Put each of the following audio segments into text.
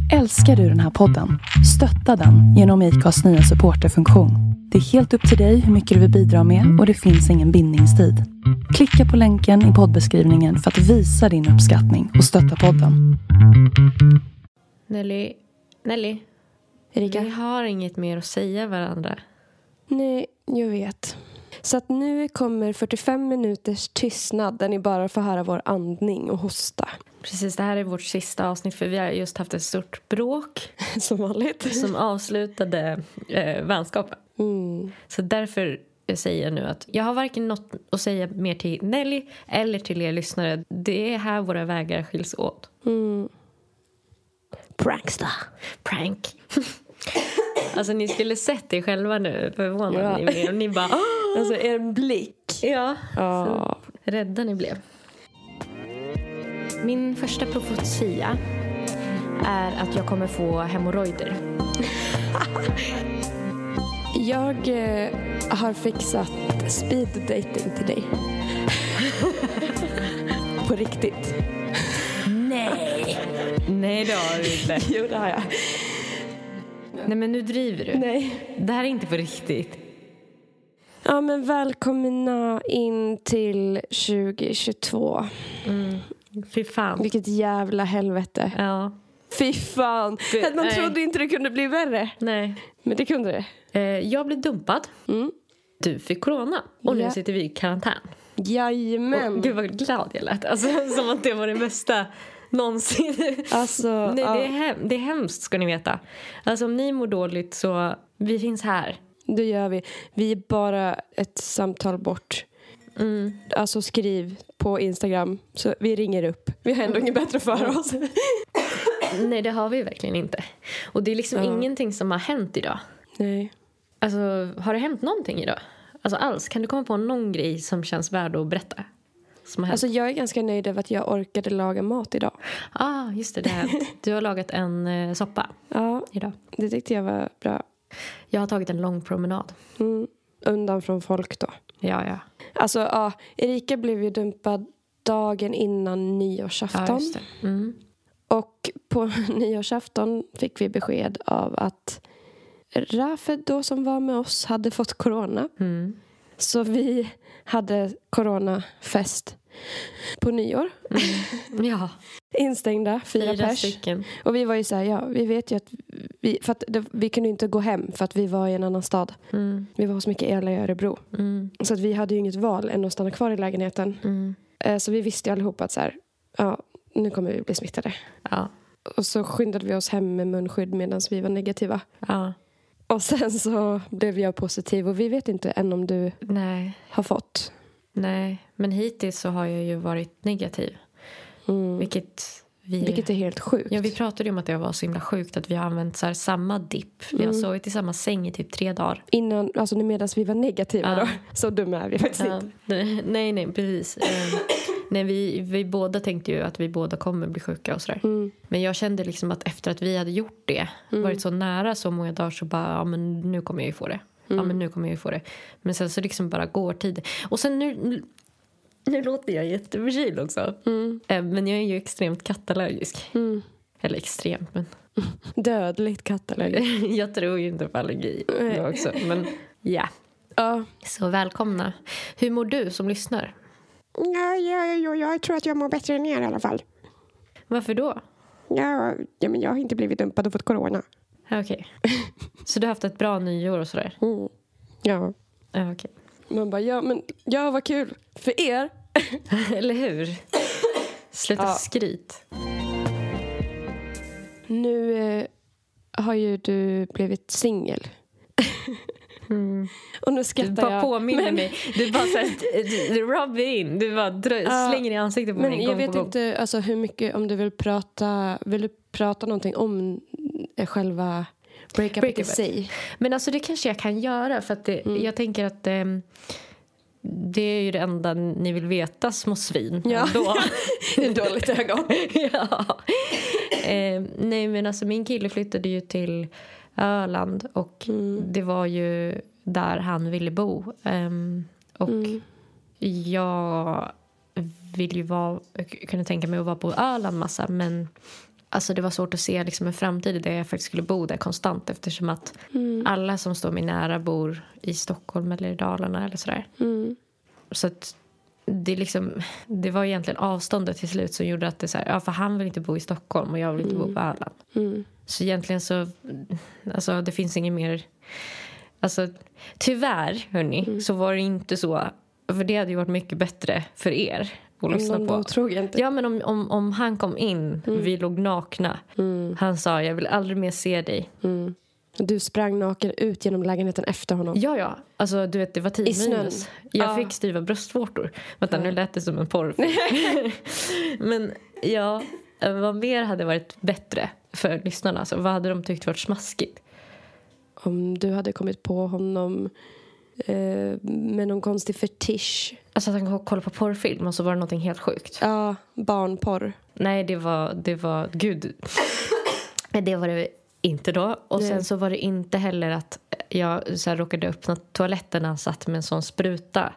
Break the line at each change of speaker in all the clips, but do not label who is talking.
Älskar du den här podden? Stötta den genom IKAs nya supporterfunktion. Det är helt upp till dig hur mycket du vill bidra med och det finns ingen bindningstid. Klicka på länken i poddbeskrivningen för att visa din uppskattning och stötta podden.
Nelly,
Erika?
vi har inget mer att säga varandra.
Nej, jag vet. Så att nu kommer 45 minuters tystnad där ni bara får höra vår andning och hosta.
Precis, det här är vårt sista avsnitt för vi har just haft ett stort bråk.
Som vanligt.
Som avslutade vänskapen. Så därför säger jag nu att jag har varken något att säga mer till Nelly eller till er lyssnare. Det är här våra vägar skiljs åt.
Prankster.
Prank. Alltså ni skulle sett er själva nu. Förvånade ni mer. Och ni bara...
Alltså er blick.
Ja.
Ja.
Rädda ni blev. Min första profetia är att jag kommer få hemorrojder.
Jag har fixat speed dating till dig. På riktigt.
Nej, det har du inte.
Jo, det har jag.
Nej, men nu driver du.
Nej.
Det här är inte på riktigt.
Ja, men välkomna in till 2022.
Fy fan.
Vilket jävla helvete.
Ja.
Fy fan. Man trodde inte det kunde bli värre.
Nej.
Men det kunde det.
Jag blev dumpad. Du fick corona. Och nu sitter vi i karantän.
Jajamän.
Gud vad glad jag lät. Alltså, som att det var det bästa någonsin.
Alltså,
nej, det är hemskt ska ni veta. Alltså om ni mår dåligt så vi finns här.
det gör vi. Vi är bara ett samtal bort. Alltså skriv på Instagram. Så vi ringer upp. Vi har ändå inget bättre för oss.
Nej, det har vi verkligen inte. Och det är liksom ingenting som har hänt idag.
Nej.
Alltså, har det hänt någonting idag? Alltså alls, kan du komma på någon grej som känns värd att berätta? Som har hänt?
Alltså jag är ganska nöjd över att jag orkade laga mat idag.
Just det här. Du har lagat en soppa idag.
Det tyckte jag var bra.
Jag har tagit en lång promenad.
Undan från folk då.
Ja.
Alltså, Erika blev ju dumpad dagen innan nyårsafton.
Ja, just det.
Och på nyårsafton fick vi besked av att Rafed då som var med oss hade fått corona. Så vi hade coronafest på nyår.
Ja.
Instängda, 4 pers.
Stycken.
Och vi var ju så här, vi vet ju att vi kunde inte gå hem för att vi var i en annan stad. Vi var hos Mikaela i Örebro. Så att vi hade ju inget val än att stanna kvar i lägenheten. Så vi visste ju allihopa att så här, nu kommer vi bli smittade.
Ja.
Och så skyndade vi oss hem med munskydd medan vi var negativa.
Ja.
Och sen så blev jag positiv. Och vi vet inte än om du har fått.
Nej, men hittills så har jag ju varit negativ. Vilket
är helt sjukt.
Ja, vi pratade ju om att det var så himla sjukt att vi har använt så här samma dipp. Vi har sovit i samma säng i typ 3 dagar.
Innan, alltså medan vi var negativa då. Så dumma är vi faktiskt inte.
Nej, precis. Nej, vi båda tänkte ju att vi båda kommer bli sjuka och sådär. Men jag kände liksom att efter att vi hade gjort det, varit så nära så många dagar så bara, men nu kommer jag ju få det. Ja, men nu kommer jag ju få det. Men sen så liksom bara går tid. Och sen nu låter jag jätteförkyld också. Men jag är ju extremt kattallergisk. Eller extremt, men...
Dödligt kattallergisk.
Jag tror ju inte på allergi också. Men ja. Så välkomna. Hur mår du som lyssnar?
Jag tror att jag mår bättre än er i alla fall.
Varför då?
Ja, men jag har inte blivit dumpad och fått corona.
Okej. Så du har haft ett bra nyår och sådär?
Ja.
Okej.
Man bara, vad kul. För er.
Eller hur? Sluta skryt.
Nu har ju du blivit singel. Och nu skrattar jag.
Du bara påminner mig. Du bara såhär, du rub in. Du bara slänger i ansiktet på mig.
Men jag vet inte alltså, hur mycket, om du vill prata någonting om själva breakup i sig.
Men alltså det kanske jag kan göra. För att jag tänker att det är ju det enda ni vill veta, små svin.
Ja,
då.
det är dåligt ögon.
Ja. Nej, men alltså min kille flyttade ju till Öland. Och det var ju där han ville bo. Och jag vill ju kunna tänka mig att vara på Öland massa. Men alltså det var svårt att se liksom en framtid där jag faktiskt skulle bo där konstant, eftersom att alla som står mig nära bor i Stockholm eller i Dalarna eller sådär. Så att det var egentligen avståndet till slut som gjorde att det så här, för han vill inte bo i Stockholm och jag vill inte bo på Öland. Så egentligen så, alltså det finns inget mer, alltså tyvärr hörni, så var det inte så, för det hade ju varit mycket bättre för er att lyssna på. Ja, men om han kom in, vi låg nakna, han sa, jag vill aldrig mer se dig.
Du sprang naken ut genom lägenheten efter honom.
Ja. Alltså, du vet, det var 10 minus. Jag fick styva bröstvårtor. Vänta, nu lät det som en porrfilm. Men ja, vad mer hade varit bättre för lyssnarna? Alltså, vad hade de tyckt varit smaskigt?
Om du hade kommit på honom med någon konstig fetisch.
Alltså att han kollade på porrfilm och så var det någonting helt sjukt.
Ja, barnporr.
Nej, det var gud. Det var det inte då. Och sen så var det inte heller att jag så här råkade öppna toaletten när han satt med en sån spruta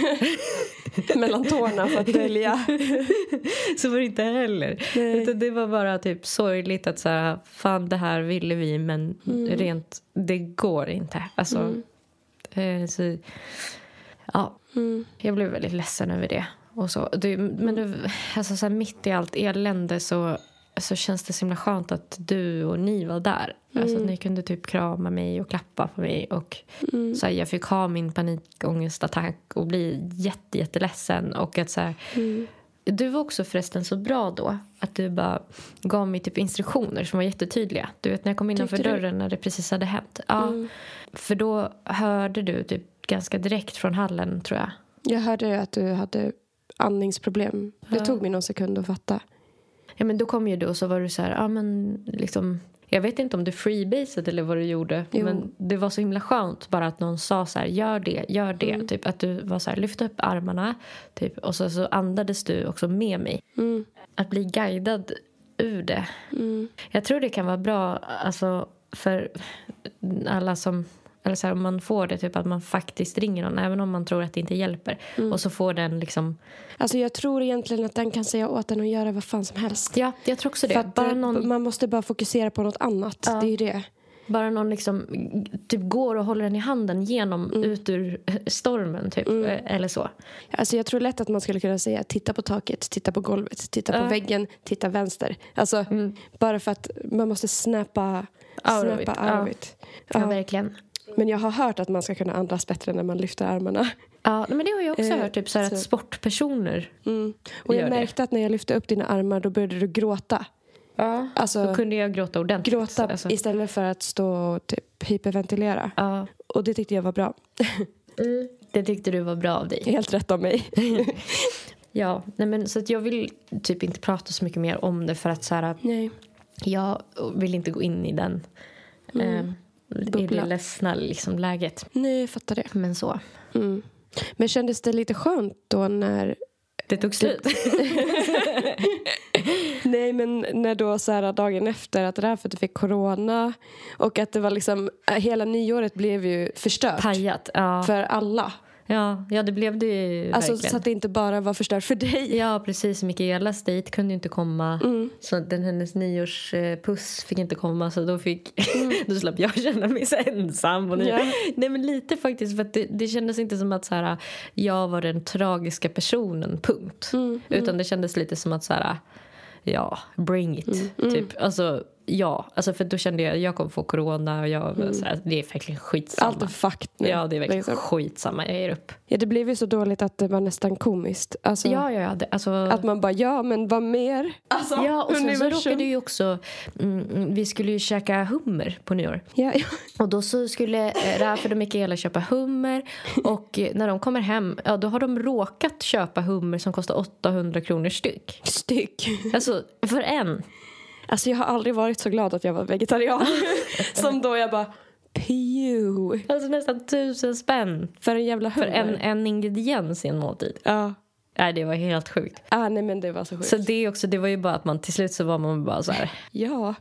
mellan tårna för att dölja.
Så var det inte heller. Utan det var bara typ sorgligt att så här, fan det här ville vi, men rent, det går inte. Alltså, så, ja. Jag blev väldigt ledsen över det. Och så. Men det, alltså, så här, mitt i allt elände så känns det så himla skönt att du och ni var där. Alltså att ni kunde typ krama mig och klappa på mig. Och så här, jag fick ha min panikångestattack och bli jätteledsen. Och att så här, du var också förresten så bra då. Att du bara gav mig typ instruktioner som var jättetydliga. Du vet när jag kom innanför dörren när det precis hade hänt. Ja, för då hörde du typ ganska direkt från hallen, tror jag. Jag
hörde att du hade andningsproblem. Det tog mig någon sekund att fatta.
Ja, men då kom ju du och så var du så här, men liksom, jag vet inte om du freebased eller vad du gjorde. Jo. Men det var så himla skönt bara att någon sa så här, gör det. Typ att du var så här, lyft upp armarna. Typ, och så andades du också med mig. Att bli guidad ur det. Jag tror det kan vara bra, alltså, för alla som, eller så här, om man får det typ att man faktiskt ringer någon, även om man tror att det inte hjälper. Och så får den liksom...
Alltså jag tror egentligen att den kan säga åt den och göra vad fan som helst.
Ja, jag tror också det.
För att bara man måste bara fokusera på något annat. Ja. Det är ju det.
Bara någon liksom typ går och håller den i handen genom ut ur stormen typ, eller så.
Alltså jag tror lätt att man skulle kunna säga titta på taket, titta på golvet, titta på väggen, titta vänster. Alltså bara för att man måste snappa out of it.
Ja, verkligen.
Men jag har hört att man ska kunna andas bättre när man lyfter armarna.
Ja, men det har jag också hört. Typ så här att sportpersoner
och jag märkte att när jag lyfte upp dina armar, då började du gråta.
Ja, alltså, då kunde jag gråta ordentligt.
Gråta alltså. Istället för att stå och typ hyperventilera. Ja. Och det tyckte jag var bra.
Det tyckte du var bra av dig.
Helt rätt av mig.
Ja, nej, men så att jag vill typ inte prata så mycket mer om det. För att så här, jag vill inte gå in i den... i det ledsna liksom, läget.
Nej, jag fattar det.
Men så.
Men kändes det lite skönt då när...
Det tog slut?
Nej, men när då så här dagen efter att det där för att du fick corona och att det var liksom... Hela nyåret blev ju förstört.
Pajat,
för alla.
Ja, det blev det ju
alltså,
verkligen.
Så att det inte bara var förstört för dig.
Ja, precis. Mikaelas dejt kunde ju inte komma. Så hennes nyårspuss fick inte komma. Så då slapp jag känna mig så ensam. Och nej, men lite faktiskt. För att det kändes inte som att så här, jag var den tragiska personen, punkt. Utan det kändes lite som att så här, bring it. Typ, alltså för då kände jag kommer få corona och så här, det är verkligen skitsamma.
Allt är fakt nu.
Ja, det är verkligen skitsamma. Jag ger upp.
Ja, det blev ju så dåligt att det var nästan komiskt. Alltså,
alltså,
att man bara, men vad mer? Alltså,
ja, och sen så råkade ju också vi skulle ju käka hummer på nyår.
Ja.
Och då så skulle Rafael och Mikaela köpa hummer. Och när de kommer hem, då har de råkat köpa hummer som kostar 800 kronor styck. Alltså, för en.
Alltså jag har aldrig varit så glad att jag var vegetarian. Som då jag bara,
alltså nästan 1000 spänn.
För en jävla hummer.
För en ingrediens i en måltid.
Ja.
Nej, det var helt sjukt.
Nej, men det var så sjukt.
Så det var ju bara att man till slut så var man bara så här.
Ja.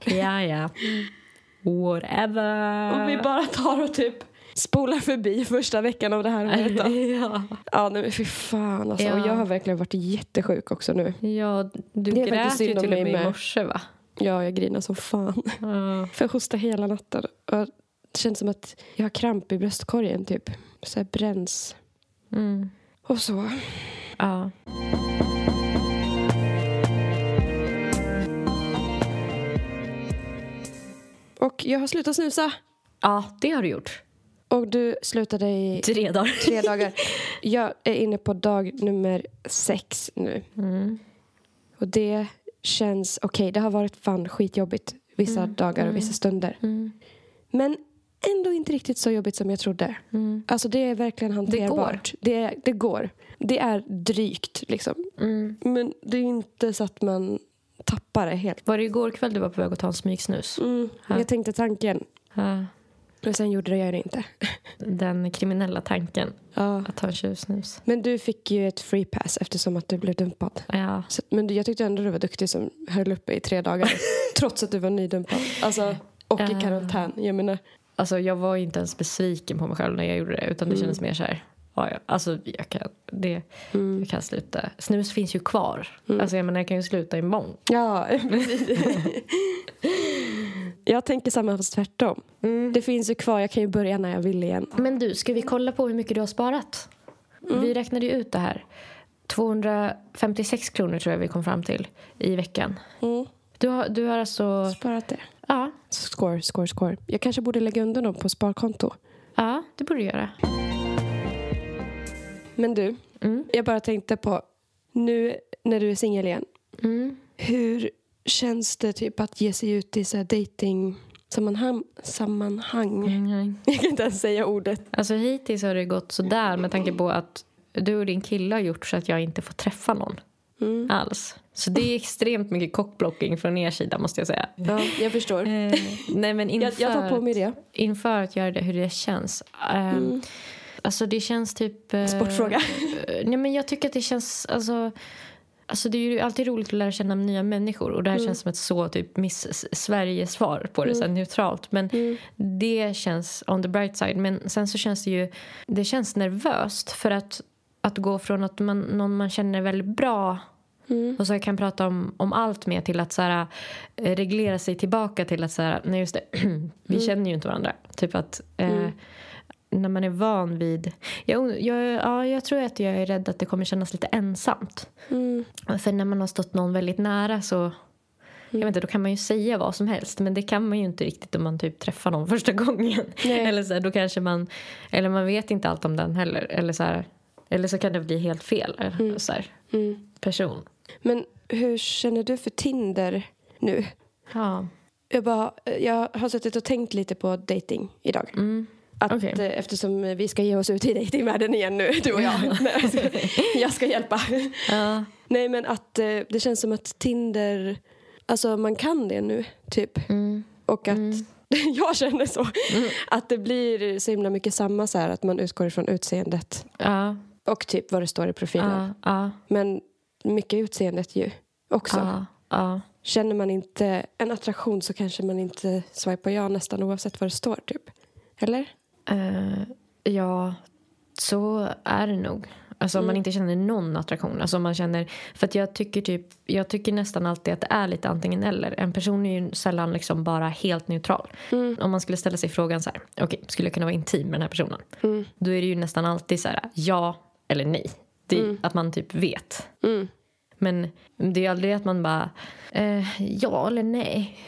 Whatever.
Och vi bara tar och typ spolar förbi första veckan av det här året. Ja, men fy fan alltså. Och jag har verkligen varit jättesjuk också nu.
Ja, du grät ju till och med i morse, va?
Ja, jag grinar som fan. För jag hostade hela natten. Och det känns som att jag har kramp i bröstkorgen typ. Så här bränns. Och så.
Ja.
Och jag har slutat snusa.
Ja, det har du gjort.
Och du slutade i
3 dagar.
3 dagar. Jag är inne på dag nummer 6 nu. Och det känns okej. Det har varit fan skitjobbigt vissa dagar och vissa stunder. Men ändå inte riktigt så jobbigt som jag trodde. Alltså det är verkligen hanterbart. Det går. Det är drygt liksom. Men det är inte så att man tappar det helt.
Var det igår kväll du var på väg att ta en smygsnus?
Jag tänkte tanken. Men sen gjorde jag det inte.
Den kriminella tanken. Att ta en tjuvsnus.
Men du fick ju ett free pass eftersom att du blev dumpad.
Ja.
Så, men jag tyckte ändå du var duktig som höll uppe i 3 dagar. Trots att du var nydumpad. Alltså, och i karantän. Jag menar.
Alltså jag var inte ens besviken på mig själv när jag gjorde det. Utan det kändes mer så här. Ja. Alltså jag kan sluta. Snus finns ju kvar. Alltså jag menar jag kan ju sluta imorgon.
Ja, precis. Jag tänker samma fast tvärtom. Det finns ju kvar, jag kan ju börja när jag vill igen.
Men du, ska vi kolla på hur mycket du har sparat? Vi räknade ju ut det här. 256 kronor tror jag vi kom fram till i veckan. Du har alltså...
Sparat det?
Ja.
Score. Jag kanske borde lägga undan dem på sparkonto.
Ja, det borde du göra.
Men du, jag bara tänkte på nu när du är singel igen. Hur känns det typ att ge sig ut i så här dating sammanhang? Jag kan inte ens säga ordet.
Alltså hittills har det gått så där med tanke på att du och din kille har gjort så att jag inte får träffa någon alls. Så det är extremt mycket cockblocking från er sida måste jag säga.
Ja, jag förstår.
Nej, men
jag tar på mig det.
Inför att göra det, hur det känns. Alltså det känns typ...
Sportfråga.
Nej, men jag tycker att det känns... Alltså det är ju alltid roligt att lära känna nya människor. Och det här känns som ett så typ Miss-Sverige-svar på det. Så här neutralt. Men det känns on the bright side. Men sen så känns det ju... Det känns nervöst. För att gå från att någon man känner väldigt bra... Och så jag kan prata om allt med till att så här, reglera sig tillbaka till att så här, nej just det, vi känner ju inte varandra. Typ att... när man är van vid... Jag tror att jag är rädd att det kommer kännas lite ensamt. För när man har stått någon väldigt nära så... Jag vet inte, då kan man ju säga vad som helst. Men det kan man ju inte riktigt om man typ träffar någon första gången. Eller så här, då kanske man... Eller man vet inte allt om den heller. Eller så kan det bli helt fel. Så här, person. Men
hur känner du för Tinder nu?
Ja.
Jag har suttit och tänkt lite på dating idag. Eftersom vi ska ge oss ut i datingvärlden igen nu, du och jag. Jag ska hjälpa. Nej, men att det känns som att Tinder, alltså man kan det nu typ. Och att jag känner så att det blir så himla mycket samma så här, att man utgår ifrån utseendet. Och typ vad det står i profilen. Men mycket utseendet ju också. Känner man inte en attraktion så kanske man inte swipar ja nästan oavsett vad det står typ. Eller?
Ja, så är det nog. Alltså om man inte känner någon attraktion. Alltså om man känner... För att jag tycker nästan alltid att det är lite antingen eller. En person är ju sällan liksom bara helt neutral. Om man skulle ställa sig frågan så här. Okej, skulle jag kunna vara intim med den här personen? Då är det ju nästan alltid så här. Ja eller nej. Det är att man typ vet. Men det är aldrig att man bara ja eller nej.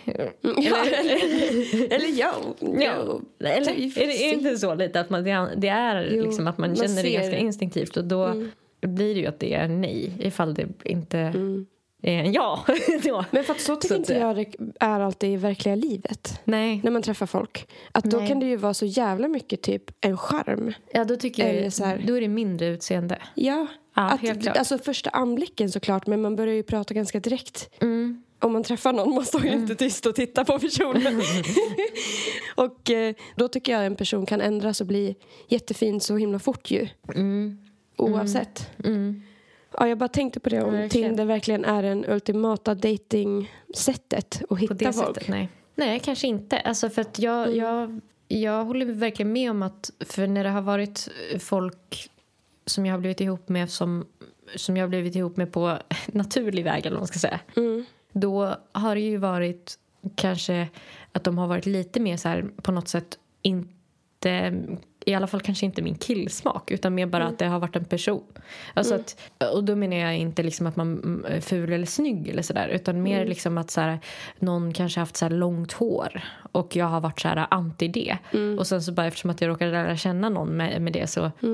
Eller ja. Eller är det inte så lite att man det är liksom att man känner det ganska instinktivt och då blir det ju att det är nej ifall det inte är en ja.
Men för att så tycker inte jag det är alltid i verkliga livet.
Nej.
När man träffar folk. Att då kan det ju vara så jävla mycket typ en charm.
Ja, då tycker jag då är det mindre utseende.
Ja, helt klart. Alltså första anblicken såklart, men man börjar ju prata ganska direkt. Om man träffar någon måste man ju inte tyst och titta på personen. Och då tycker jag en person kan ändras och bli jättefin så himla fort ju. Oavsett. Ja, jag bara tänkte på det om Tinder verkligen är en ultimata dating-sättet att hitta
det
folk.
Sättet, nej, kanske inte. Alltså för att jag håller verkligen med om att för när det har varit folk som jag har blivit ihop med som jag har blivit ihop med på naturlig väg eller vad man ska säga. Då har det ju varit kanske att de har varit lite mer så här på något sätt inte, i alla fall kanske inte min killsmak, utan mer bara att det har varit en person. Alltså att, och då menar jag inte liksom att man är ful eller snygg eller sådär, utan mer liksom att så här, någon kanske haft så här långt hår och jag har varit så här anti det. Och sen så bara eftersom att jag råkade lära känna någon med det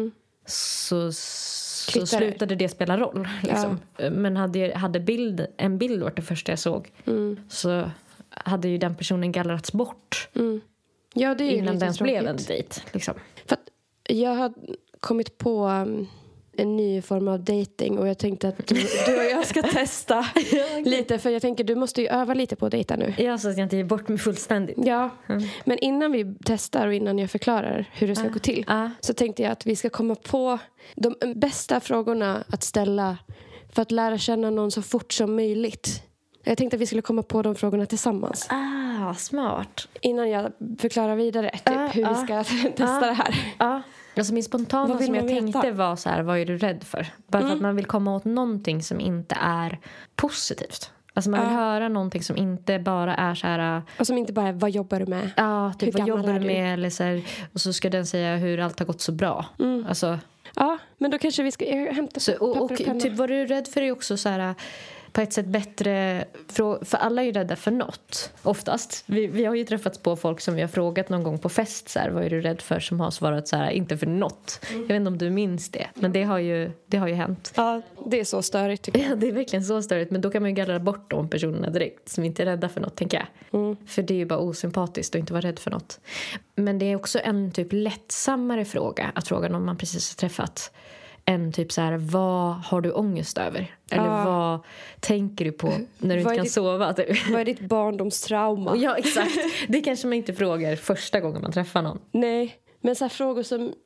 så slutade det spela roll liksom. Men hade en bild varit det första jag såg så hade ju den personen gallrats bort
Ja, det är ju
innan den
lite
blev en
tråkigt.
dejt liksom.
För att jag har kommit på en ny form av dating och jag tänkte att du och jag ska testa lite, för jag tänker du måste ju öva lite på att dejta nu.
Ja, så att jag inte ger bort mig fullständigt.
Ja, men innan vi testar och innan jag förklarar hur det ska gå till så tänkte jag att vi ska komma på de bästa frågorna att ställa för att lära känna någon så fort som möjligt. Jag tänkte att vi skulle komma på de frågorna tillsammans.
Smart.
Innan jag förklarar vidare hur vi ska testa det här.
Alltså min spontana som jag tänkte var så här, vad är du rädd för? Bara för att man vill komma åt någonting som inte är positivt. Alltså man vill höra någonting som inte bara är så här...
Och som inte bara är, vad jobbar du med?
Ja, typ vad jobbar du med? Eller så här, och så ska den säga hur allt har gått så bra. Alltså,
ja, men då kanske vi ska hämta
så, och typ vad du är rädd för är också så här... På ett sätt bättre, för alla är ju rädda för något oftast. Vi har ju träffats på folk som vi har frågat någon gång på fest så här, vad är du rädd för, som har svarat så här, inte för något. Jag vet inte om du minns det, men det har ju hänt.
Ja, det är så störigt tycker jag.
Ja, det är verkligen så störigt, men då kan man ju gallra bort de personerna direkt som inte är rädda för något, tänker jag. För det är ju bara osympatiskt att inte vara rädd för något. Men det är också en typ lättsammare fråga att fråga någon man precis har träffat. En typ så här, vad har du ångest över? Eller vad tänker du på när du inte kan sova?
Vad är ditt barndomstrauma?
Ja, exakt. Det kanske man inte frågar första gången man träffar någon.
Nej, men så här frågor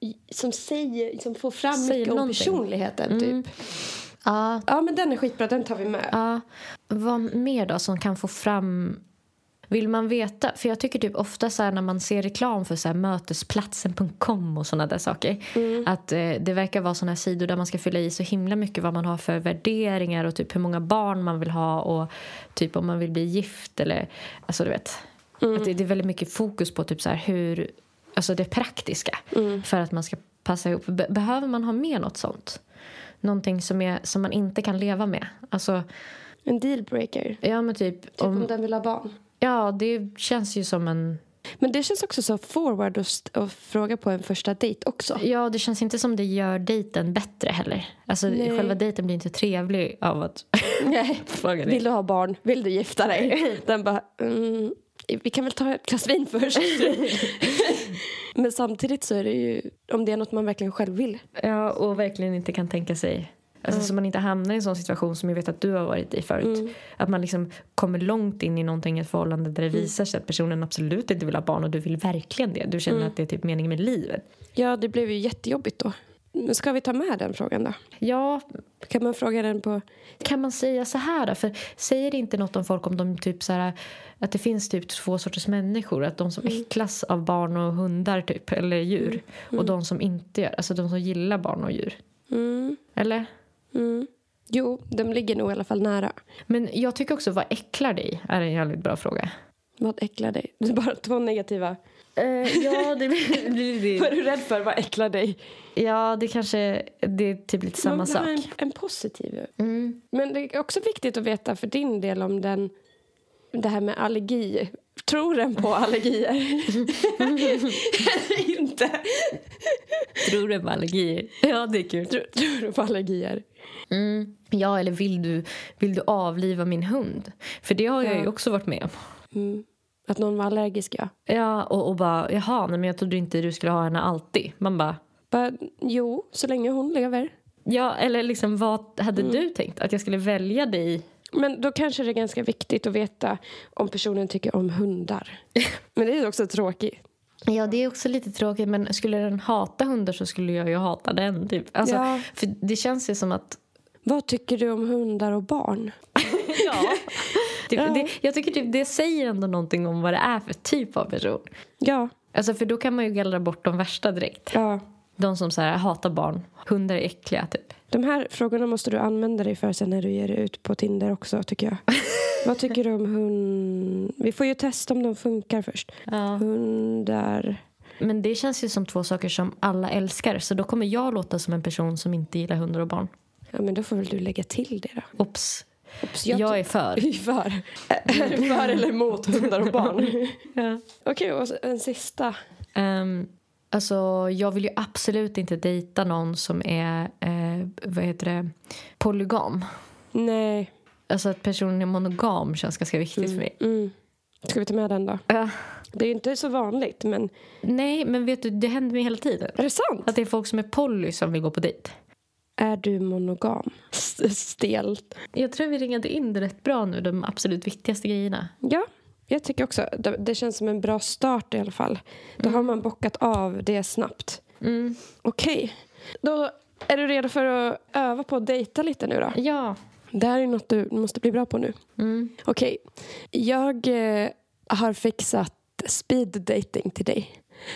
som får fram mycket om personligheten typ. Ja, men den är skitbra, den tar vi med.
Vad mer då som kan få fram... Vill man veta? För jag tycker typ ofta så här, när man ser reklam för så här mötesplatsen.com och såna där saker. Att det verkar vara såna här sidor där man ska fylla i så himla mycket vad man har för värderingar och typ hur många barn man vill ha och typ om man vill bli gift eller alltså du vet. Att det är väldigt mycket fokus på typ så här hur, alltså det praktiska för att man ska passa ihop. Behöver man ha med något sånt? Någonting som man inte kan leva med. Alltså
en dealbreaker.
Ja, men typ
om den vill ha barn.
Ja, det känns ju som en...
Men det känns också så forward att fråga på en första dejt också.
Ja, det känns inte som det gör dejten bättre heller. Alltså själva dejten blir inte trevlig av att fråga det.
Vill du ha barn? Vill du gifta dig? Den bara, vi kan väl ta ett glas vin först. Men samtidigt så är det ju, om det är något man verkligen själv vill.
Ja, och verkligen inte kan tänka sig. Alltså så man inte hamnar i en sån situation som jag vet att du har varit i förut. Att man liksom kommer långt in i någonting, ett förhållande där det visar sig att personen absolut inte vill ha barn och du vill verkligen det. Du känner att det är typ meningen med livet. Ja,
det blev ju jättejobbigt då. Men ska vi ta med den frågan då?
Ja.
Kan man fråga den på...
Kan man säga så här då? För säger det inte något om folk om de typ så här, att det finns typ två sorters människor, att de som äcklas av barn och hundar typ, eller djur, och de som inte gör, alltså de som gillar barn och djur. Eller?
Jo, de ligger nog i alla fall nära.
Men jag tycker också, vad äcklar dig? Är en jävligt bra fråga.
Vad äcklar dig? Det är bara 2 negativa.
Ja, det blir...
Vad är du rädd för? Vad äcklar dig?
Ja, det är typ lite samma sak.
En positiv. Men det är också viktigt att veta för din del om det här med allergi. Tror den på allergier? Eller inte?
Tror du på allergier? Ja, det är kul.
Tror du på allergier?
Ja, eller vill du avliva min hund? För det har jag ju också varit med om.
Att någon var allergisk, ja.
Ja, och bara, jaha, men jag trodde inte du skulle ha henne alltid. Man bara...
Jo, så länge hon lever.
Ja, eller liksom, vad hade du tänkt? Att jag skulle välja dig?
Men då kanske det är ganska viktigt att veta om personen tycker om hundar. Men det är också tråkigt.
Ja, det är också lite tråkigt. Men skulle den hata hundar så skulle jag ju hata den, typ. Alltså, för det känns ju som att...
Vad tycker du om hundar och barn?
Ja. Jag tycker typ det säger ändå någonting om vad det är för typ av person.
Ja.
Alltså, för då kan man ju gallra bort de värsta direkt.
Ja.
De som så här hatar barn. Hundar är äckliga, typ.
De här frågorna måste du använda dig för sen när du ger dig ut på Tinder också, tycker jag. Vad tycker du om Vi får ju testa om de funkar först.
Ja.
Hundar.
Men det känns ju som 2 saker som alla älskar. Så då kommer jag låta som en person som inte gillar hundar och barn.
Ja, men då får väl du lägga till det då.
Ops, jag är för.
Är du för eller emot hundar och barn? Ja. Okej, och en sista.
Alltså, jag vill ju absolut inte dejta någon som är polygam.
Nej.
Alltså att personen är monogam känns ganska viktigt för mig.
Ska vi ta med den då? Det är ju inte så vanligt, men...
Nej, men vet du, det händer mig hela tiden.
Är det sant?
Att det är folk som är poly som vill gå på dejt.
Är du monogam? Stelt.
Jag tror vi ringade in det rätt bra nu, de absolut viktigaste grejerna.
Ja, jag tycker också. Det känns som en bra start i alla fall. Då har man bockat av det snabbt. Okej. Då är du redo för att öva på att dejta lite nu då?
Ja.
Det här är något du måste bli bra på nu. Okej. Jag har fixat speed dating till dig.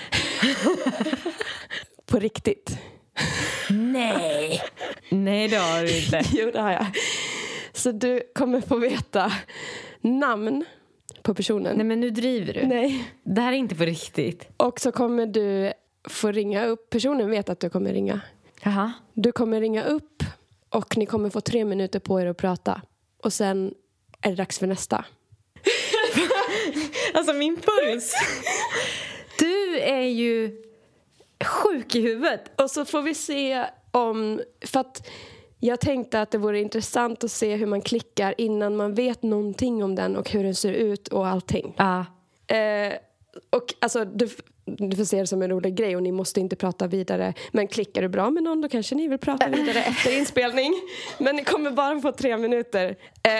På riktigt.
Nej. Nej, det har du inte.
Jo, det har jag. Så du kommer få veta namn på personen.
Nej, men nu driver du.
Nej.
Det här är inte på riktigt.
Och så kommer du få ringa upp. Personen vet att du kommer ringa.
Jaha.
Du kommer ringa upp och ni kommer få 3 minuter på er att prata. Och sen är det dags för nästa.
Alltså min puls. Du är ju sjuk i huvudet.
Och så får vi se om... För att jag tänkte att det vore intressant att se hur man klickar innan man vet någonting om den och hur den ser ut och allting.
Ja.
Och alltså, du får se det som en rolig grej och ni måste inte prata vidare. Men klickar du bra med någon då kanske ni vill prata vidare efter inspelning. Men ni kommer bara få 3 minuter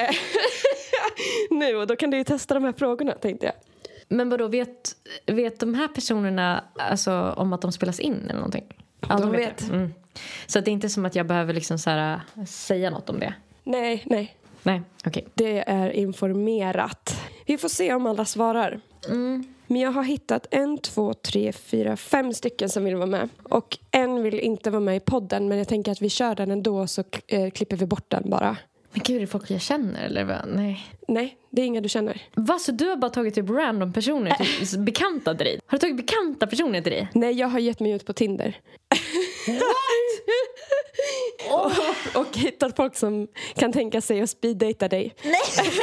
nu och då kan du ju testa de här frågorna, tänkte jag.
Men vadå, vet de här personerna alltså, om att de spelas in eller någonting? Ja,
de vet.
Så det är inte som att jag behöver liksom så här, säga något om det?
Nej,
okej.
Det är informerat. Vi får se om alla svarar. Men jag har hittat 1, 2, 3, 4, 5 stycken som vill vara med. Och en vill inte vara med i podden. Men jag tänker att vi kör den ändå så klipper vi bort den bara.
Men gud, är det folk jag känner eller vad?
Nej, det är inga du känner.
Vad, så du har bara tagit typ random personer till bekanta till dig? Har du tagit bekanta personer till dig?
Nej, jag har gett mig ut på Tinder. och hittat folk som kan tänka sig att speeddata dig. Nej.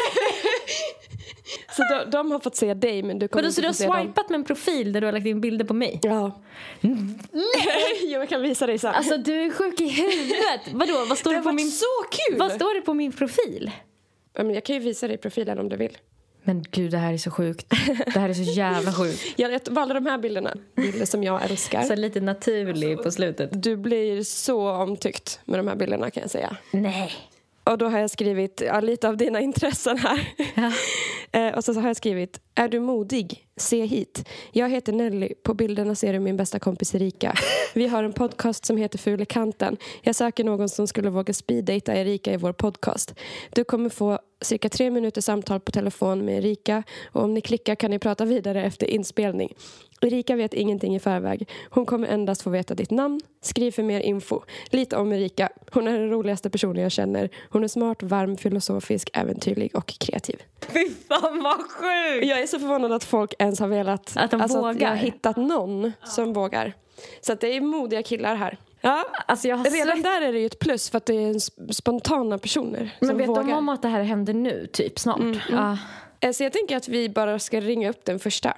Så de har fått se dig, men du kommer inte få se dem.
Så du har swipat med en profil där du har lagt in bilder på mig?
Ja. Nej, jag kan visa dig sen.
Alltså, du är sjuk i huvudet. Vadå? Vad står det på min...
så kul!
Vad står det på min profil?
Ja, men jag kan ju visa dig profilen om du vill.
Men gud, det här är så sjukt. Det här är så jävla sjukt.
Jag valde de här bilderna. Bilder som jag älskar.
Så lite naturlig på slutet.
Du blir så omtyckt med de här bilderna, kan jag säga.
Nej.
Och då har jag skrivit lite av dina intressen här. Ja. Och så har jag skrivit: är du modig? Se hit. Jag heter Nelly. På bilderna ser du min bästa kompis Erika. Vi har en podcast som heter Fulekanten. Jag söker någon som skulle våga speeddata Erika i vår podcast. Du kommer få cirka 3 minuter samtal på telefon med Erika. Och om ni klickar kan ni prata vidare efter inspelning. Erika vet ingenting i förväg. Hon kommer endast få veta ditt namn. Skriv för mer info. Lite om Erika. Hon är den roligaste personen jag känner. Hon är smart, varm, filosofisk, äventyrlig och kreativ.
Fy fan vad sjukt!
Jag är så förvånad att folk ens har velat...
Att de vågar.
Att jag har hittat någon som vågar. Så att det är modiga killar här. Ja,
alltså
redan där är det ju ett plus för att det är spontana personer som
men vet
vågar.
de om att det här händer nu, typ snart?
Så jag tänker att vi bara ska ringa upp den första.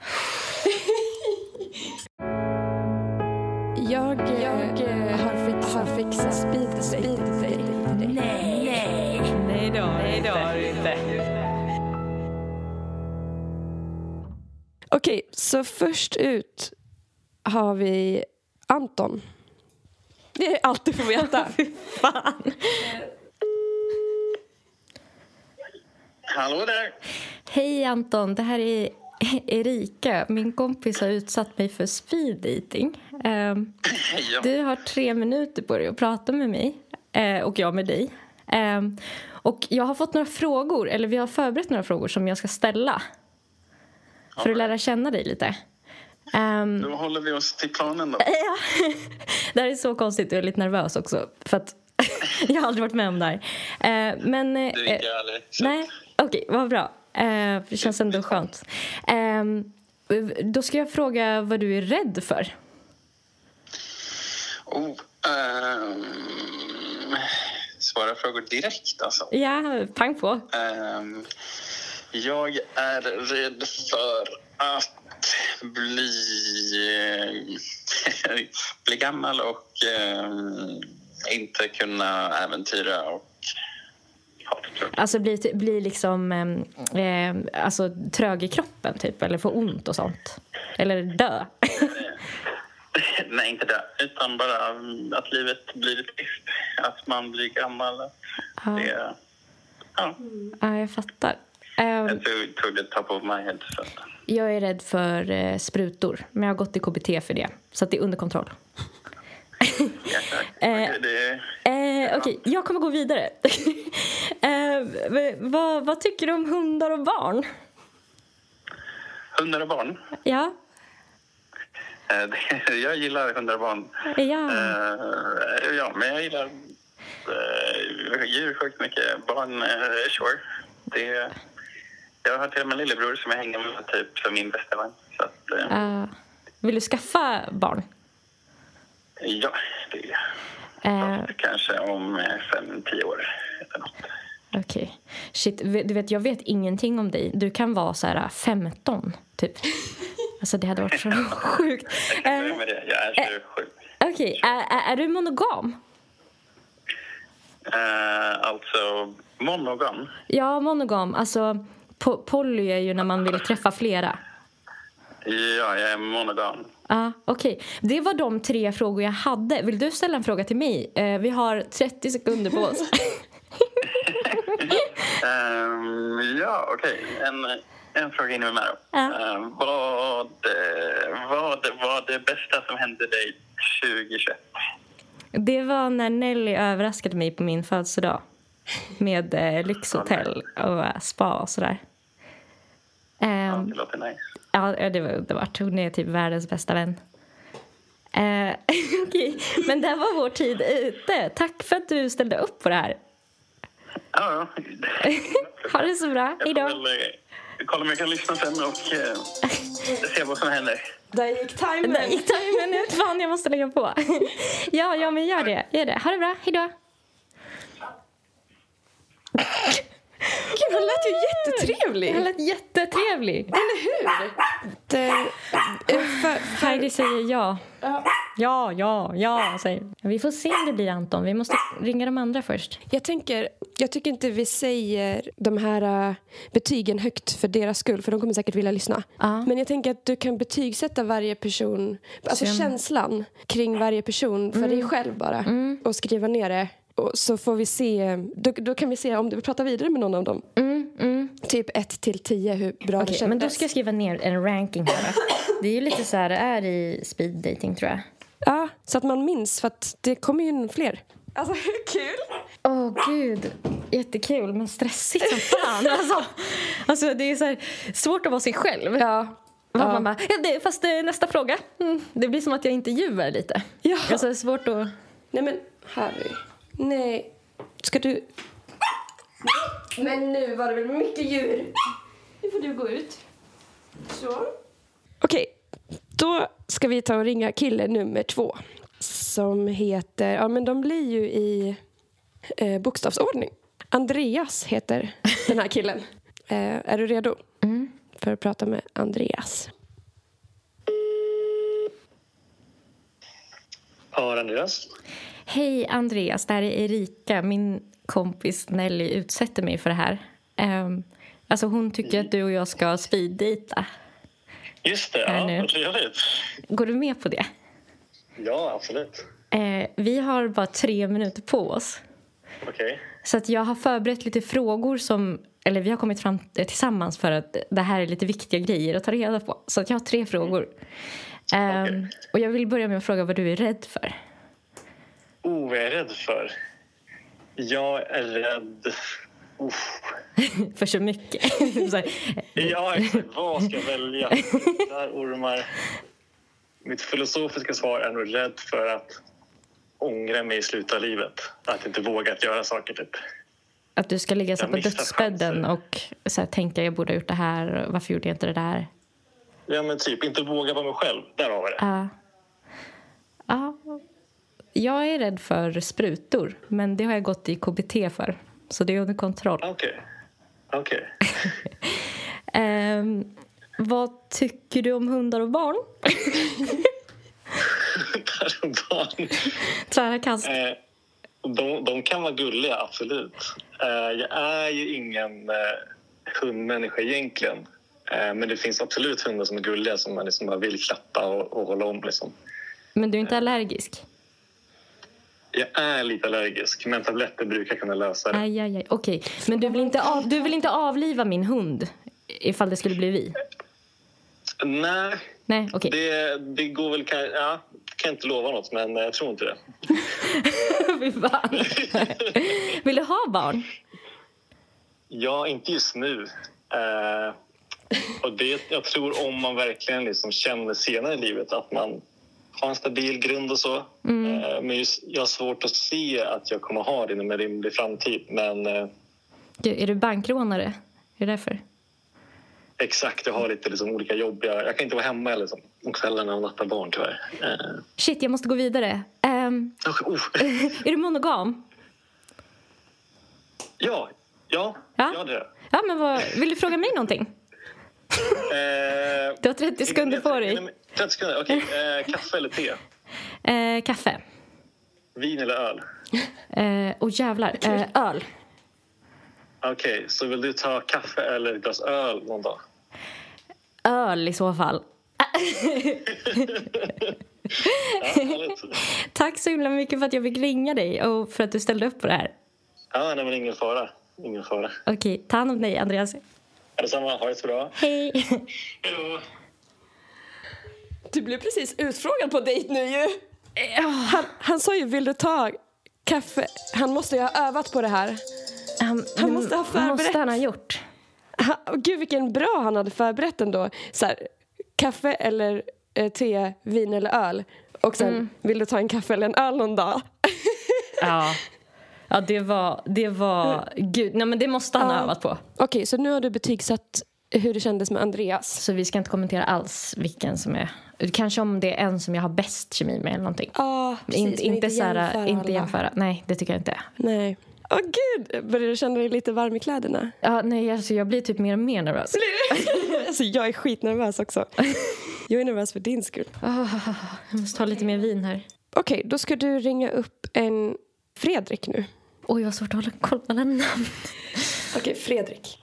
Jag har fixat speed.
Nej då har du inte.
Okej, så först ut har vi Anton. Det är allt du får veta.
Fy fan.
Hallå där.
Hej Anton, det här är Erika. Min kompis har utsatt mig för speed dating.
Ja.
Du har 3 minuter på dig att prata med mig. Och jag med dig. Och jag har fått några frågor. Eller vi har förberett några frågor som jag ska ställa. För att lära känna dig lite.
Då håller vi oss till planen då.
Ja. Det här är så konstigt och jag är lite nervös också. För att
Jag har aldrig varit med om det här. Men...
Det är inte aldrig.
Nej, okej, vad bra. Det känns ändå skönt. Då ska jag fråga vad du är rädd för.
Svara frågor direkt alltså.
Ja, pang på.
Jag är rädd för att bli gammal och inte kunna äventyra och ha det tråkigt.
Alltså bli liksom alltså trög i kroppen typ, eller få ont och sånt. Eller dö.
Nej, inte det. Utan bara att livet blir trist. Att man blir gammal. Det, ja,
jag fattar.
Jag tog det top of my head. Så.
Jag är rädd för sprutor. Men jag har gått i KBT för det. Så att det är under kontroll. Okej, jag kommer gå vidare. Vad tycker du om hundar och barn?
Hundar och barn?
Ja.
Jag gillar hundar och barn.
Ja.
Men jag gillar djur sjukt mycket. Barn, sure. Jag har till och med en lillebror som jag hänger med typ som min bästa vän. Så att,
vill du skaffa barn?
Ja, det vill jag. Kanske om 5-10 år eller något.
Okej. Shit, du vet, jag vet ingenting om dig. Du kan vara så här 15 typ. Alltså det hade varit så sjukt.
Jag kan börja med det. Jag är 27.
Okej, är du monogam?
Alltså monogam?
Ja, monogam. Alltså poly är ju när man vill träffa flera.
Ja, jag är monogam.
Okej. Det var de 3 frågor jag hade. Vill du ställa en fråga till mig? Vi har 30 sekunder på oss.
Ja, okej. En fråga in med mig då. Vad var det bästa som hände dig 2021?
Det var när Nelly överraskade mig på min födelsedag. Med lyxhotell och spa och sådär.
Det låter nice.
Ja, det var underbart. Hon är typ världens bästa vän. Okej. Men där var vår tid ute. Tack för att du ställde upp på det här.
Ja.
Ha det så bra. Hej då.
Jag kollar om jag kan lyssna sen och se vad som händer.
Där gick timern
ut. Fan, jag måste lägga på. Ja, men gör det. Ha det bra. Hej då.
Gud, han lät ju jättetrevlig. Eller hur?
Heidi säger ja. Ja, säger. Vi får se om det blir Anton. Vi måste ringa de andra först.
Jag tycker inte vi säger de här betygen högt för deras skull. För de kommer säkert vilja lyssna. Men jag tänker att du kan betygsätta varje person. Alltså känslan kring varje person för dig själv bara. Och skriva ner det. Och så får vi se. Då kan vi se om du vill prata vidare med någon av dem. Typ 1-10 hur bra det kändes.
Men då ska jag skriva ner en ranking här. Det är ju lite så här det är i speed dating, tror jag.
Ja, så att man minns. För att det kommer ju fler. Alltså, hur kul?
Gud. Jättekul, men stressigt som fan. Alltså det är så här svårt att vara sig själv.
Ja.
Man bara, fast nästa fråga. Det blir som att jag intervjuar lite.
Ja.
Alltså det är svårt att...
Nej, men Harry. Nej. Ska du... Men nu var det väl mycket djur. Nu får du gå ut. Så. Okej. Då ska vi ta och ringa kille nummer 2. Som heter... Ja, men de blir ju i bokstavsordning. Andreas heter den här killen. Är du redo? För att prata med Andreas.
Ja, Andreas.
Hej Andreas, det här är Erika. Min kompis Nelly utsätter mig för det här. Alltså hon tycker att du och jag ska speeddejta.
Just det, vad trevligt.
Går du med på det?
Ja, absolut.
Vi har bara 3 minuter på oss.
Okej.
Så att jag har förberett lite frågor som... Eller vi har kommit fram tillsammans för att det här är lite viktiga grejer att ta reda på. Så att jag har 3 frågor. Och jag vill börja med att fråga vad du är rädd för.
Vad jag är rädd för? Jag är rädd...
för så mycket.
Ja, vad ska jag välja? Där ormar. Mitt filosofiska svar är nog rädd för att
ångra mig i slutet av livet. Att inte våga göra saker typ.
Att du ska ligga så på dödsbädden och så här, tänka jag borde ha gjort det här. Varför gjorde jag inte det där?
Ja, men typ inte våga vara mig själv. Där har vi det.
Ja. Jag är rädd för sprutor. Men det har jag gått i KBT för. Så det är under kontroll.
Okej.
Vad tycker du om hundar och barn?
Hundar och barn?
Tvära kast.
De kan vara gulliga, absolut. Jag är ju ingen hundmänniska egentligen. Men det finns absolut hundar som är gulliga som man liksom bara vill klappa och hålla om. Liksom.
Men du är inte allergisk?
Jag är lite allergisk, men tabletter brukar kunna lösa det.
Aj. Okej. Men du vill inte avliva min hund ifall det skulle bli vi? Nej, okej.
Det går väl... Ja, kan inte lova något, men jag tror inte det.
Fy fan. Vill du ha barn?
Ja, inte just nu. Och jag tror om man verkligen liksom känner senare i livet att man har en stabil grund och så. Men jag har svårt att se att jag kommer ha det inom en rimlig framtid. Men,
är du bankrånare? Är det därför?
Exakt, jag har lite liksom olika jobb. Jag kan inte vara hemma liksom, om kvällarna och natta barn tyvärr.
Shit, jag måste gå vidare. Är du monogam?
Ja, det är det.
Ja, men vill du fråga mig någonting? Du har 30 sekunder på dig.
30 sekunder, okej. Kaffe eller te?
Kaffe.
Vin eller öl?
Jävlar. Öl.
Okej, så vill du ta kaffe eller ett glas öl någon dag?
Öl i så fall. Tack så himla mycket för att jag fick ringa dig och för att du ställde upp på det här.
Ja, nej, men ingen fara.
Okej, ta hand om dig, Andreas.
Detsamma, ha det så bra.
Hej.
Hejdå.
Du blev precis utfrågad på dejt nu ju. Han sa ju, vill du ta kaffe? Han måste ju ha övat på det här. Han måste ha förberett.
Måste han ha gjort.
Gud, vilken bra han hade förberett ändå. Så här, kaffe eller te, vin eller öl. Och sen, vill du ta en kaffe eller en öl någon dag?
Ja, det var gud. Nej, men det måste han ha övat på.
Okej, så nu har du betygsatt hur det kändes med Andreas.
Så vi ska inte kommentera alls vilken som är... Kanske om det är en som jag har bäst kemi med eller någonting.
Precis,
inte jämföra. Nej, det tycker jag inte.
Nej. Gud, börjar du känna dig lite varm i kläderna?
Ja, nej, alltså jag blir typ mer och mer nervös.
Alltså jag är skitnervös också. Jag är nervös för din skull.
Jag måste ta lite mer vin här.
Okej, då ska du ringa upp en Fredrik nu.
Jag har svårt att hålla koll på alla namn.
Okej, Fredrik.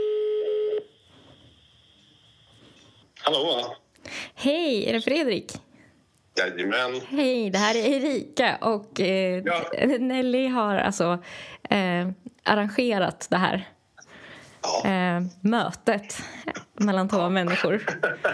Hallå?
Hej, är det Fredrik?
Jajamän.
Hej, det här är Erika och Nelly har alltså arrangerat det här mötet mellan två människor.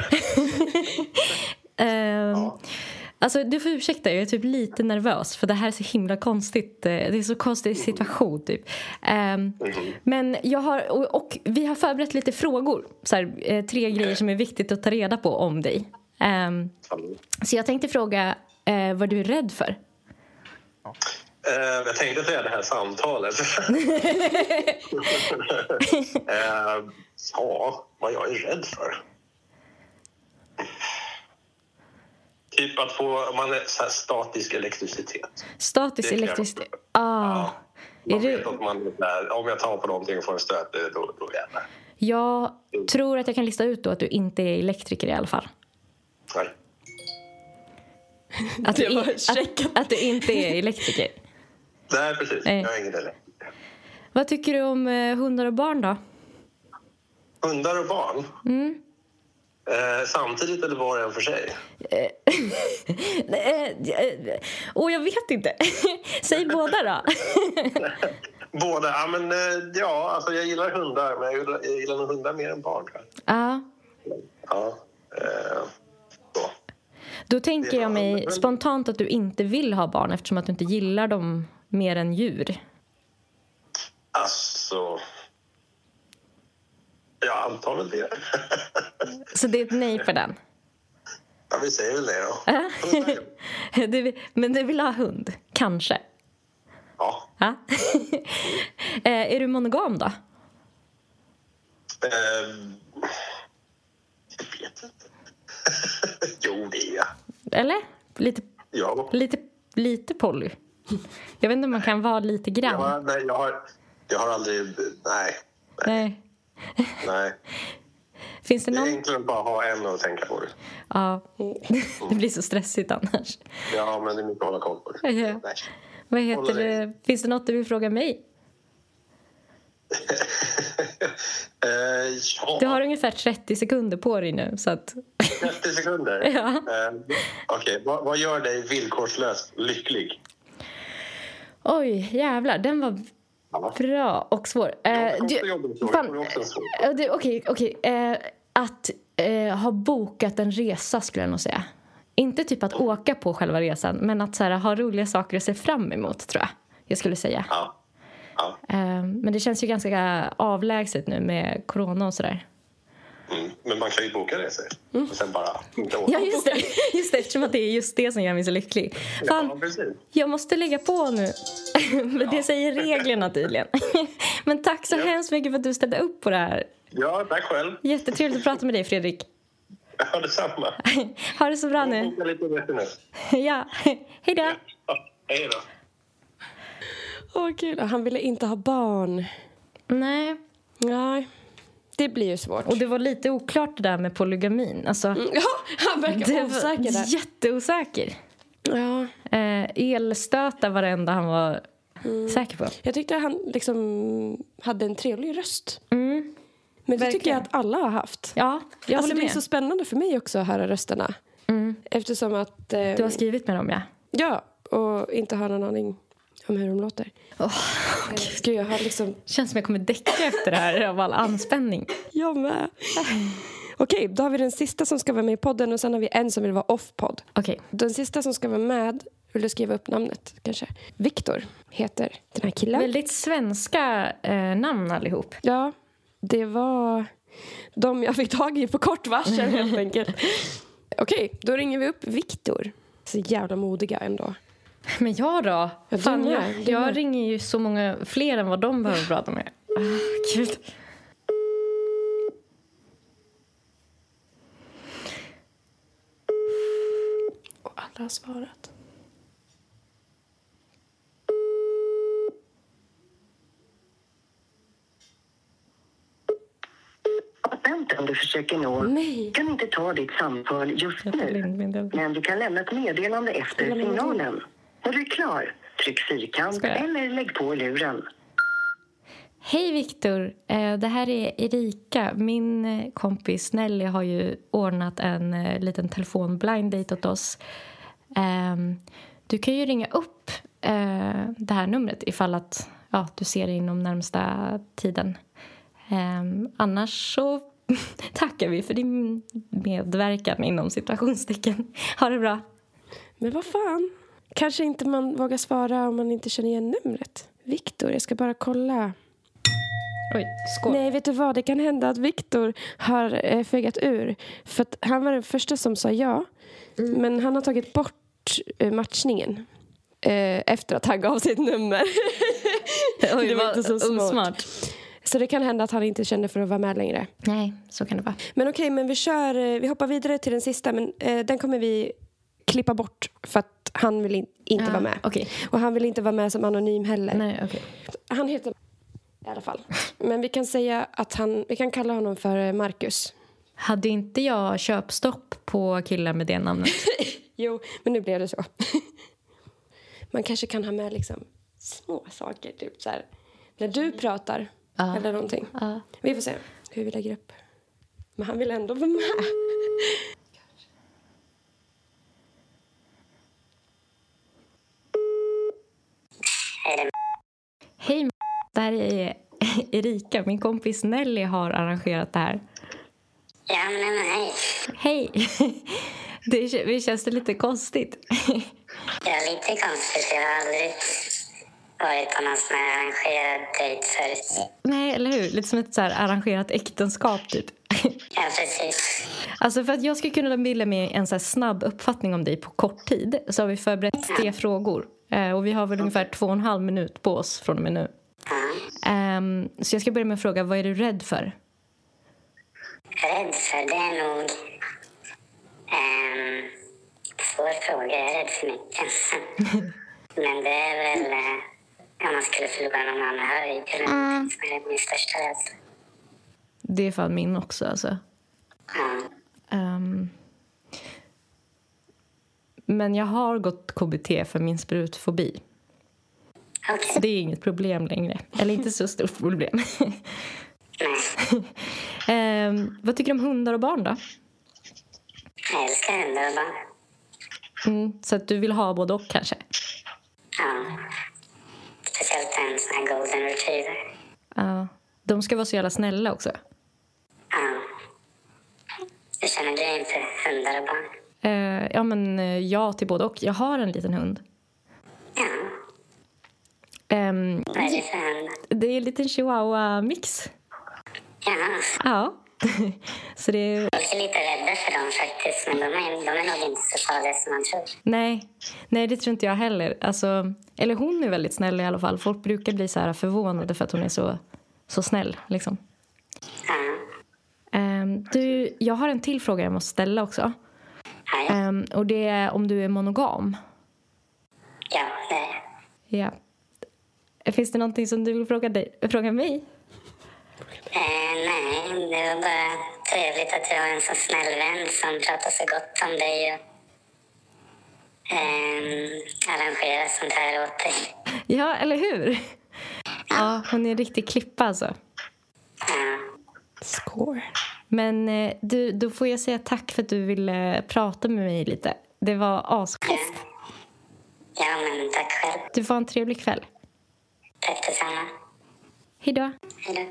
Alltså du får ursäkta, jag är typ lite nervös för det här är så himla konstigt. Det är så konstig situation typ. Men jag har och vi har förberett lite frågor, så här, 3 grejer som är viktigt att ta reda på om dig. Så jag tänkte fråga vad du är rädd för.
Jag tänkte säga det här samtalet. Vad jag är rädd för. Typ att man är så här statisk elektricitet.
Statisk elektricitet?
Man vet att om jag tar på någonting och får en stöt, då jävlar.
Jag tror att jag kan lista ut då att du inte är elektriker i alla fall.
Nej.
Att du inte är elektriker.
Nej, precis. Nej. Jag är ingen elektriker.
Vad tycker du om hundar och barn då?
Hundar och barn? Samtidigt eller var och en för sig?
Jag vet inte. Säg båda då.
Båda? Ja, men alltså jag gillar hundar, men jag gillar nog hundar mer än barn.
Ja.
Så.
Då tänker jag mig spontant att du inte vill ha barn eftersom att du inte gillar dem mer än djur.
Alltså... Jag antar väl det.
Så det är ett nej för den?
Ja,
Ja, vi säger väl det då.
Men du vill ha hund? Kanske?
Ja.
Är du monogam då?
Jag vet inte. Jo, det är jag.
Eller?
Ja.
Lite poly. Jag vet inte om man kan vara lite grann.
Ja, nej, jag har aldrig... Nej.
Finns det någon...
Det är enklare att bara ha en och tänka på det.
Ja, det blir så stressigt annars.
Ja, men det är mycket att hålla koll på det.
Ja.
Nej.
Vad heter det? Finns det något du vill fråga mig?
Ja.
Du har ungefär 30 sekunder på dig nu. Så att...
30 sekunder?
Ja.
Okej, vad gör dig villkorslöst lycklig?
Oj, jävlar. Den var bra och svår. Okej. Att ha bokat en resa skulle jag nog säga. Inte typ att åka på själva resan, men att så här, ha roliga saker att se fram emot, tror jag skulle säga.
Ja.
Men det känns ju ganska avlägset nu med corona och sådär.
Men man kan ju boka resor och sen bara inte åka.
Ja, just det, eftersom att det är just det som gör mig så lycklig. Fan,
ja, precis.
Jag måste lägga på nu. Men det säger reglerna tydligen. Men tack så hemskt mycket för att du ställde upp på det här.
Ja, tack själv.
Jättetrevligt att prata med dig, Fredrik.
Ja, detsamma.
Ha det så bra nu.
Jag lite bättre nu.
Ja, hej då.
Ja, hej då.
Åh, gud. Han ville inte ha barn.
Nej.
Det blir ju svårt.
Och det var lite oklart det där med polygamin. Alltså,
ja, han verkar osäker där.
Jätteosäker.
Ja.
Elstöta var det enda han var säker på.
Jag tyckte han liksom hade en trevlig röst. Men det
verkligen.
tycker jag att alla har haft.
Ja, jag håller
det är
med.
så spännande för mig också att höra rösterna. Eftersom att...
Du har skrivit med dem, ja.
Ja, och inte har någon aning om hur de låter. Gud, jag har liksom...
Känns som jag kommer däcka efter det här av all anspänning.
Jag med. Okej, då har vi den sista som ska vara med i podden och sen har vi en som vill vara off-podd.
Okej.
Den sista som ska vara med, vill du skriva upp namnet kanske? Viktor heter den här killen.
Väldigt svenska namn allihop.
Ja, det var de jag fick tag i på kort varsel helt enkelt. Okej, då ringer vi upp Viktor. Så jävla modiga ändå.
Men jag då?
Ja,
Fan, jag ringer ju så många fler än vad de behöver prata med. Gud.
Och alla har svarat.
Abonnenten du försöker nå kan inte ta ditt samtal just nu. Men du kan lämna ett meddelande efter signalen. När du är klar, tryck fyrkant eller lägg på luren.
Hej Viktor, det här är Erika. Min kompis Nelly har ju ordnat en liten telefonblind date åt oss. Du kan ju ringa upp det här numret ifall att du ser det inom närmsta tiden. Annars så tackar vi för din medverkan inom situationstecken. Ha det bra.
Men vad fan? Kanske inte man vågar svara om man inte känner igen numret. Viktor, jag ska bara kolla.
Oj, skål.
Nej, vet du vad? Det kan hända att Viktor har fegat ur. För att han var den första som sa ja. Men han har tagit bort matchningen. Efter att han gav sitt nummer.
Oj,
det var inte så
smart.
Så det kan hända att han inte känner för att vara med längre.
Nej, så kan det vara.
Men okej, men vi hoppar vidare till den sista. Men den kommer vi klippa bort för att han vill inte vara med.
Okay.
Och han vill inte vara med som anonym heller.
Nej, okay.
Han heter i alla fall. Men vi kan säga att vi kan kalla honom för Marcus.
Hade inte jag köpstopp på killar med det namnet?
Jo, men nu blev det så. Man kanske kan ha med liksom små saker, typ så här. När du pratar eller någonting. Vi får se hur vi lägger upp. Men han vill ändå vara med.
Hej, det här är Erika. Min kompis Nelly har arrangerat det här.
Ja, men hej.
Hej. Det känns lite konstigt.
Ja, lite konstigt. Jag har aldrig varit på någon sån här arrangerad dejt förut.
Nej, eller hur? Lite som ett så här arrangerat äktenskap, typ.
Ja, precis.
Alltså för att jag ska kunna bilda mig en så här snabb uppfattning om dig på kort tid så har vi förberett 3 frågor. Och vi har väl ungefär 2,5 minut på oss från och med nu. Så jag ska börja med att fråga, vad är du rädd för?
Rädd för, det är nog... svår fråga, jag är rädd för mycket. Men det är väl... om man skulle förlora någon anhörig eller någonting som är min största rädsla.
Det är fan min också, alltså. Men jag har gått KBT för min sprutfobi.
Okay.
Så det är inget problem längre. Eller inte så stort problem. Vad tycker du om hundar och barn då?
Jag älskar hundar och barn.
Så att du vill ha både och kanske?
Ja. Speciellt en sån här golden retriever.
Ja. De ska vara så jävla snälla också.
Ja. Hur känner du inför hundar och barn?
Ja, men ja till både och. Jag har en liten hund.
Ja. Vad är det för hund?
Det är en liten chihuahua-mix.
Ja.
Ja. Så det är...
Jag är lite rädda för dem faktiskt, men de är nog inte så farliga som man tror.
Nej, det tror inte jag heller. Alltså, eller hon är väldigt snäll i alla fall. Folk brukar bli så här förvånade för att hon är så snäll, liksom.
Ja.
Jag har en till fråga jag måste ställa också. Och det är om du är monogam.
Ja, det är jag.
Ja. Finns det någonting som du vill fråga mig?
Nej, det var bara trevligt att du har en så snäll vän som pratar så gott om dig och arrangerar sånt här åt dig.
Ja, eller hur? Ja, hon är en riktig klippa alltså.
Ja.
Score.
Men då får jag säga tack för att du ville prata med mig lite. Det var asschysst.
Ja, men tack själv.
Du får en trevlig kväll.
Tack detsamma.
Hej då.
Hej då.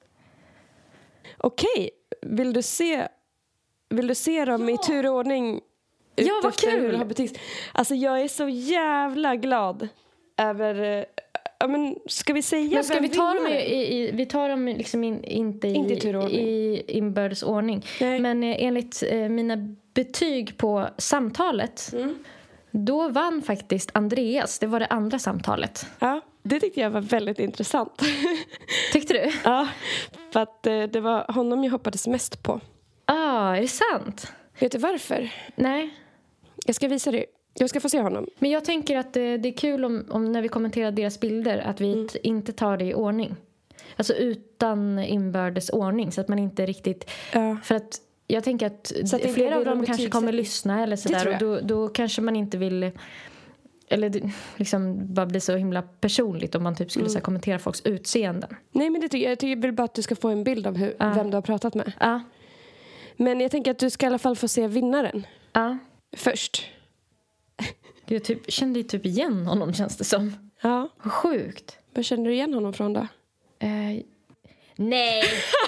Okej, vill du se dem i tur och ordning?
Ja, vad kul!
Alltså jag är så jävla glad över... men ska vi säga
men ska vi ta dem
vi
tar dem liksom inte i inbördes ordning.
Nej.
Men enligt mina betyg på samtalet då vann faktiskt Andreas. Det var det andra samtalet.
Ja, det tyckte jag var väldigt intressant.
Tyckte du?
Ja, för att det var honom jag hoppades mest på.
Är det sant?
Vet du varför?
Nej.
Jag ska visa dig. Jag ska få se honom.
Men jag tänker att det är kul om när vi kommenterar deras bilder att vi inte tar det i ordning. Alltså utan inbördes ordning så att man inte riktigt...
Ja.
För att jag tänker att flera av dem kanske kommer lyssna eller sådär. Och då kanske man inte vill... Eller liksom bara bli så himla personligt om man typ skulle så här, kommentera folks utseenden.
Nej, men jag vill bara att du ska få en bild av vem du har pratat med.
Ja.
Men jag tänker att du ska i alla fall få se vinnaren.
Ja.
Först.
Jag kände ju typ igen honom, känns det som.
Ja.
Sjukt.
Vad känner du igen honom från då?
Nej!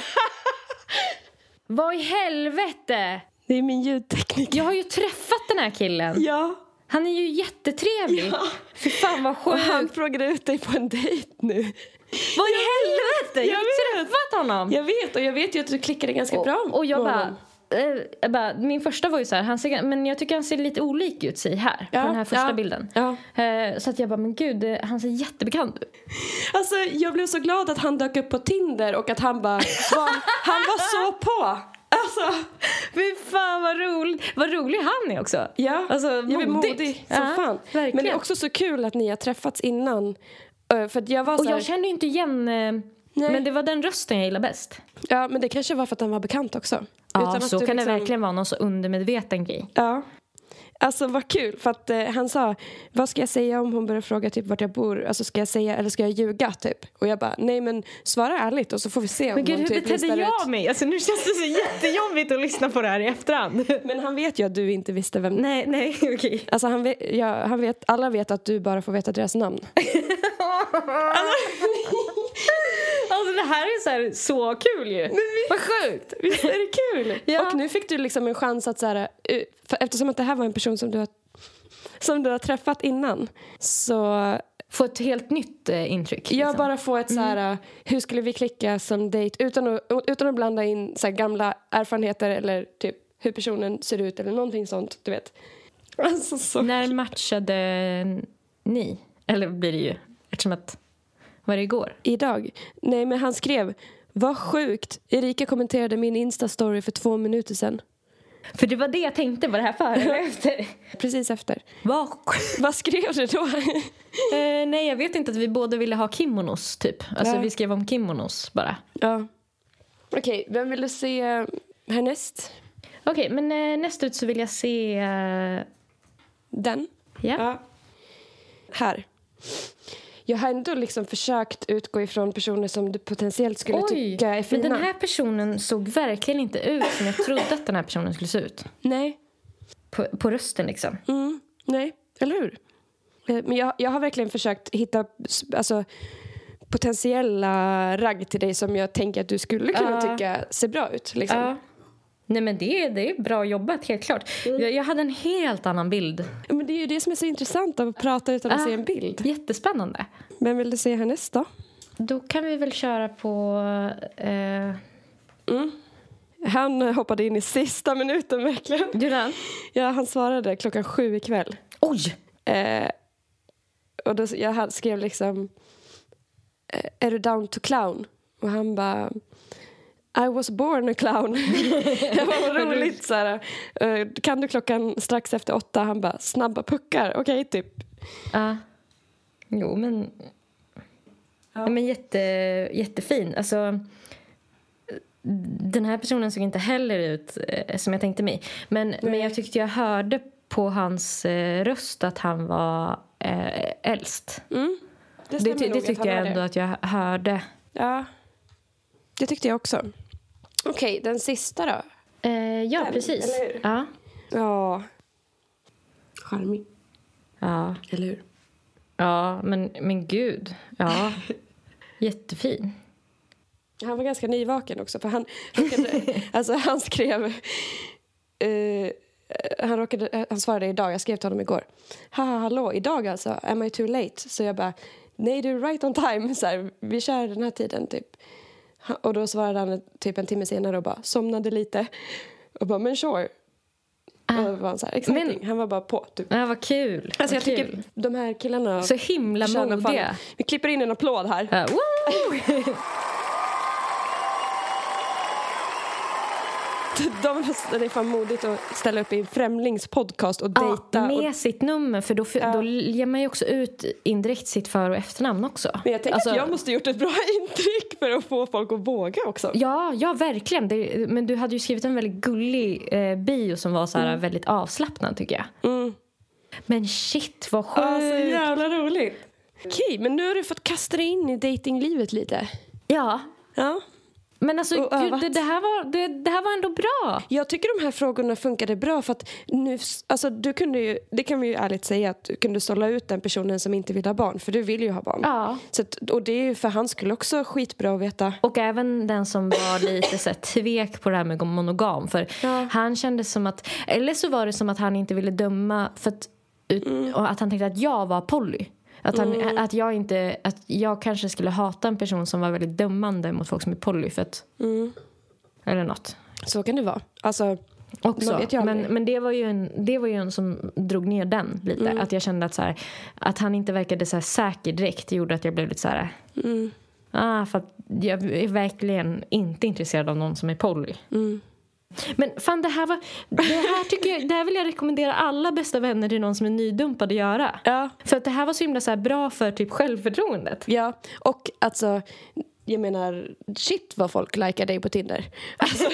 Vad i helvete?
Det är min ljudtekniker.
Jag har ju träffat den här killen.
Ja.
Han är ju jättetrevlig. Ja. Fy fan vad sjukt.
Och han frågade ut dig på en dejt nu.
Vad i helvete? Jag har ju träffat honom.
Jag vet, och jag vet ju att du klickade ganska bra.
Och jag bara, min första var ju så här, men jag tycker han ser lite olik ut sig här på den här första bilden. Ja. Så att jag bara, men gud, han ser jättebekant ut.
Alltså, jag blev så glad att han dök upp på Tinder och att han bara han var så på. Alltså,
fy fan vad rolig han är också.
Ja,
alltså,
jag är modig så fan.
Verkligen.
Men det är också så kul att ni har träffats innan. För att jag var
och jag kände ju inte igen, men det var den rösten jag gillade bäst.
Ja, men det kanske var för att han var bekant också.
Ja, utan så kan det verkligen vara någon så undermedveten grej.
Ja. Alltså vad kul, för att han sa, vad ska jag säga om hon börjar fråga typ vart jag bor? Alltså ska jag säga, eller ska jag ljuga typ? Och jag bara, nej men svara ärligt och så får vi se om
men gud,
hon typ
betedde jag mig? Alltså nu känns det så jättejobbigt att lyssna på det här i efterhand.
Men han vet ju att du inte visste vem.
Nej, okej.
Alltså han vet, alla vet att du bara får veta deras namn.
Alltså det här är så kul ju. Vad sjukt.
Visst är det kul? Ja. Och nu fick du liksom en chans att så här, eftersom att det här var en person som du har träffat innan, så
få ett helt nytt intryck.
Jag bara får ett så här, hur skulle vi klicka som dejt utan att blanda in så här gamla erfarenheter eller typ hur personen ser ut eller någonting sånt, du vet. Alltså, så
när matchade ni? Eller blir det ju, eftersom att, var det igår?
Idag. Nej, men han skrev, vad sjukt, Erika kommenterade min Insta-story för 2 minuter sedan.
För det var det jag tänkte, var det här före eller efter?
Precis efter.
Vad
skrev du då?
Nej, jag vet inte, att vi båda ville ha kimonos typ. Alltså vi skrev om kimonos bara.
Ja. Okej, vem vill du se härnäst?
Okej, men näst ut så vill jag se...
Den?
Ja.
Här. Jag har ändå liksom försökt utgå ifrån personer som du potentiellt skulle tycka är fina.
Men den här personen såg verkligen inte ut som jag trodde att den här personen skulle se ut.
Nej.
På rösten liksom.
Nej, eller hur? Men jag har verkligen försökt hitta potentiella ragg till dig som jag tänker att du skulle kunna tycka ser bra ut. Liksom.
Ja. Nej, men det är bra jobbat, helt klart. Jag hade en helt annan bild.
Men det är ju det som är så intressant av att prata utan att se en bild.
Jättespännande.
Vem vill du se härnäst då?
Då kan vi väl köra på...
Han hoppade in i sista minuten verkligen.
Gjorde han?
Ja, han svarade 7:00 ikväll.
Oj!
Och då, jag skrev liksom... är du down to clown? Och han bara... I was born a clown. Det var roligt så här. Kan du klockan strax efter 8? Han bara, snabba puckar. Okej, typ.
Jo, men... Ja, men jättefin. Alltså... Den här personen såg inte heller ut som jag tänkte mig. Men jag tyckte jag hörde på hans röst att han var äldst. Det tyckte jag ändå att jag hörde.
Ja, det tyckte jag också. Okej, den sista då?
Ja, precis.
Eller hur?
Ja.
Ja. Charmig.
Ja.
Eller hur?
Ja, men gud. Ja. Jättefin.
Han var ganska nyvaken också. För han skrev... han svarade idag. Jag skrev till honom igår. Hallå, idag alltså. Am I too late? Så jag bara... Nej, du är right on time. Så här, vi kör den här tiden typ. Och då svarade han typ en timme senare och bara somnade lite. Och bara, men sure. Och då var han så här, exciting. Han var bara på typ.
Ja, vad kul.
Alltså
jag
tycker de här killarna...
Så himla modiga.
Vi klipper in en applåd här.
Woo!
Det är fan modigt att ställa upp i en främlingspodcast och dejta.
Med sitt nummer, för då ger man ju också ut indirekt sitt för- och efternamn också.
Men jag tänker att jag måste gjort ett bra intryck för att få folk att våga också.
Ja, verkligen. Men du hade ju skrivit en väldigt gullig bio som var så här väldigt avslappnad, tycker jag. Men shit, vad sjukt.
Så jävla roligt. Okej, men nu har du fått kasta dig in i datinglivet lite.
Ja. Men alltså, gud, det här var ändå bra.
Jag tycker de här frågorna funkade bra för att nu, alltså, det kan vi ju ärligt säga att du kunde sålla ut den personen som inte vill ha barn, för du vill ju ha barn.
Ja.
Så och det är ju för hans skull också skitbra att veta.
Och även den som var lite så här tvek på det här med monogam, för han kände som att, eller så var det som att han inte ville döma för att, och att han tänkte att jag var poly. Att jag kanske skulle hata en person som var väldigt dömande mot folk som är poly, för att, eller något.
Så kan det vara. Alltså,
också. Vet jag men det var ju en som drog ner den lite. Att jag kände att, så här, att han inte verkade så här säker direkt gjorde att jag blev lite så här... för att jag är verkligen inte intresserad av någon som är poly. Men fan, det här tycker jag, det här vill jag rekommendera alla bästa vänner till någon som är nydumpad att göra. Ja. För att det här var så himla så här bra för typ självförtroendet.
Ja, och alltså jag menar, shit vad folk likar dig på Tinder. Alltså,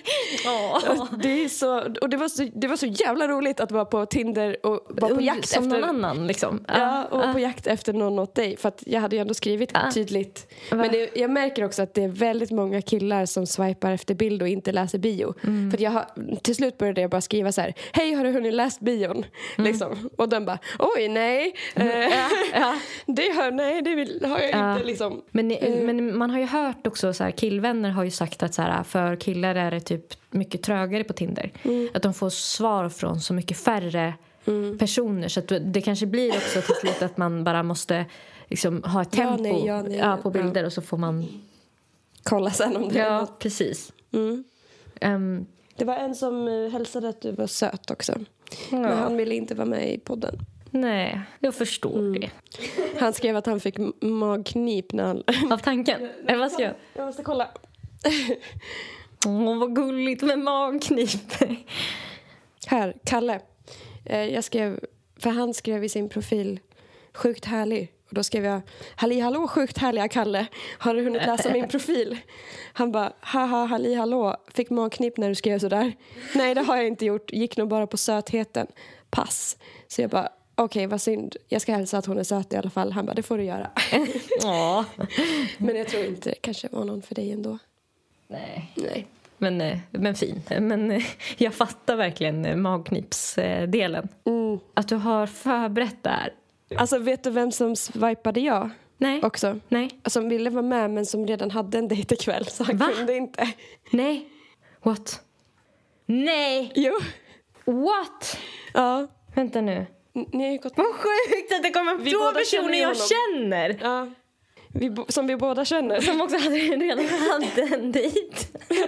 det är så, och det var så jävla roligt att vara på Tinder och vara på jakt
som
efter
någon annan liksom.
Ja, och på jakt efter någon åt dig, för att jag hade ju ändå skrivit tydligt. Men jag märker också att det är väldigt många killar som swipar efter bild och inte läser bio. För att till slut började jag bara skriva så här: hej, har du hunnit läst bion? Liksom. Och den bara, oj, nej. Det har jag inte liksom.
Men man har ju hört också så här, killvänner har ju sagt att så här, för killar är det typ mycket trögare på Tinder. Att de får svar från så mycket färre personer, så att det kanske blir också till slut att man bara måste liksom ha ett tempo på bilder och så får man
kolla sen om det är något.
Precis.
Det var en som hälsade att du var söt också. Ja. Men han ville inte vara med i podden.
Nej, jag förstår det.
Han skrev att han fick magknip när han...
Av tanken? Vad ska jag?
Jag måste kolla.
Vad gulligt med magknip.
Här, Kalle. Jag skrev... För han skrev i sin profil sjukt härlig. Och då skrev jag, halli hallå sjukt härliga Kalle. Har du hunnit läsa min profil? Han bara, haha halli hallå. Fick magknip när du skrev sådär. Nej, det har jag inte gjort. Gick nog bara på sötheten. Pass. Så jag bara, okej, vad synd. Jag ska hälsa att hon är söt i alla fall. Han bara, det får du göra.
Ja.
Men jag tror inte det kanske var någon för dig ändå.
Nej. Men fin. Men jag fattar verkligen magknipsdelen. Att du har förberett där.
Alltså, vet du vem som swipade jag?
Nej.
Också?
Nej.
Som ville vara med men som redan hade en dejt ikväll. Så han kunde inte.
Nej. What? Nej.
Jo.
What?
Ja.
Vänta nu.
Ni har ju gått...
Vad sjukt att det kommer två personer jag känner.
Ja. Som vi båda känner.
Som också redan hade en dejt.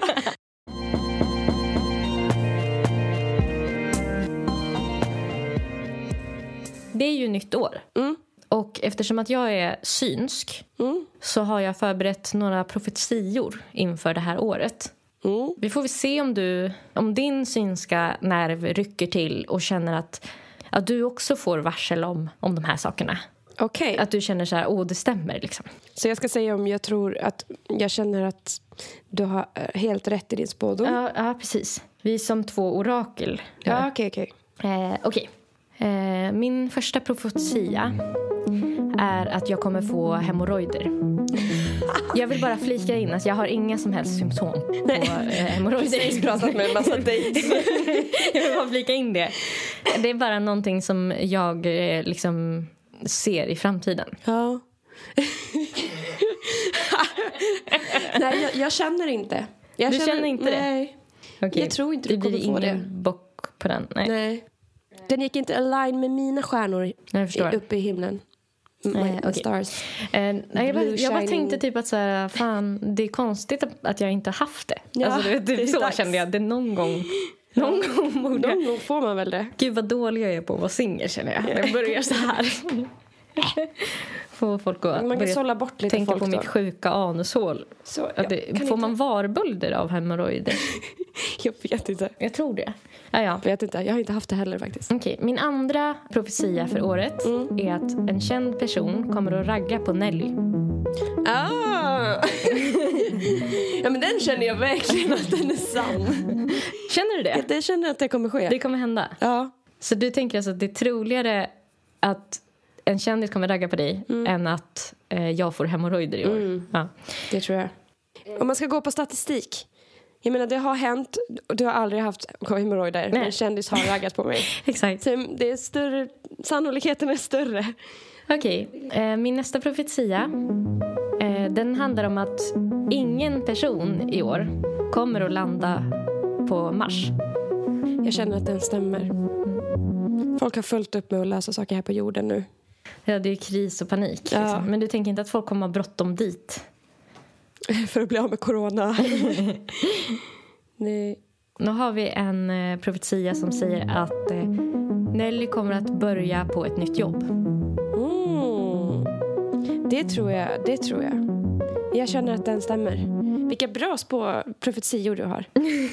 Det är ju nytt år. Och eftersom att jag är synsk så har jag förberett några profetior inför det här året. Vi får väl se om din synska nerv rycker till och känner att du också får varsel om de här sakerna.
Okej.
Att du känner så här, det stämmer liksom.
Så jag ska säga om jag tror att jag känner att du har helt rätt i din spådom.
Ja, precis. Vi är som två orakel.
Ja, okej.
Okej. Min första profetia är att jag kommer få hemorrojder. Jag vill bara flika in att jag har inga som helst symptom på hemorrojder.
Jag har pratat med en massa dates.
Jag vill bara flika in det. Det är bara någonting som jag liksom ser i framtiden.
Ja. Nej, jag känner inte.
Du känner inte det?
Nej.
Okay.
Jag tror inte du kommer få det.
Det blir ingen bock på den. Nej.
Den gick inte align med mina stjärnor uppe i himlen.
Okay.
Stars.
Jag bara tänkte typ att så här, fan, det är konstigt att jag inte haft det.
Ja,
alltså, det så
dags.
Kände jag. Det någon gång
får man väl det.
Gud vad dålig jag är på att vara singel, känner jag. Det börjar så här. Får folk att
man kan sålla bort lite
tänka
folk
på
då.
Mitt sjuka anushål.
Så,
får man varbölder av hemorrojder?
Jag vet inte.
Jag tror det. Ja.
Vet inte. Jag har inte haft det heller faktiskt.
Okej. Min andra profetia för året är att en känd person kommer att ragga på Nelly.
Ja, men den känner jag verkligen att den är sann.
Känner du det?
Ja, det känner jag att det kommer ske.
Det kommer hända?
Ja.
Så du tänker alltså att det är troligare att en kändis kommer ragga på dig än att jag får hemorrojder i år? Ja.
Det tror jag. Om man ska gå på statistik. Jag menar, det har hänt. Du har aldrig haft hemorrojder. Men en kändis har raggat på mig.
Exakt.
Så det är större, sannolikheten är större.
Okej. Min nästa profetia den handlar om att ingen person i år kommer att landa på Mars.
Jag känner att den stämmer. Folk har fullt upp med att lösa saker här på jorden nu.
Ja, det är kris och panik.
Ja.
Liksom. Men du tänker inte att folk kommer att bråttom dit?
För att bli av med corona. Nej.
Nu har vi en profetia som säger att Nelly kommer att börja på ett nytt jobb.
Det tror jag. Jag känner att den stämmer. Vilka bra profetior du har.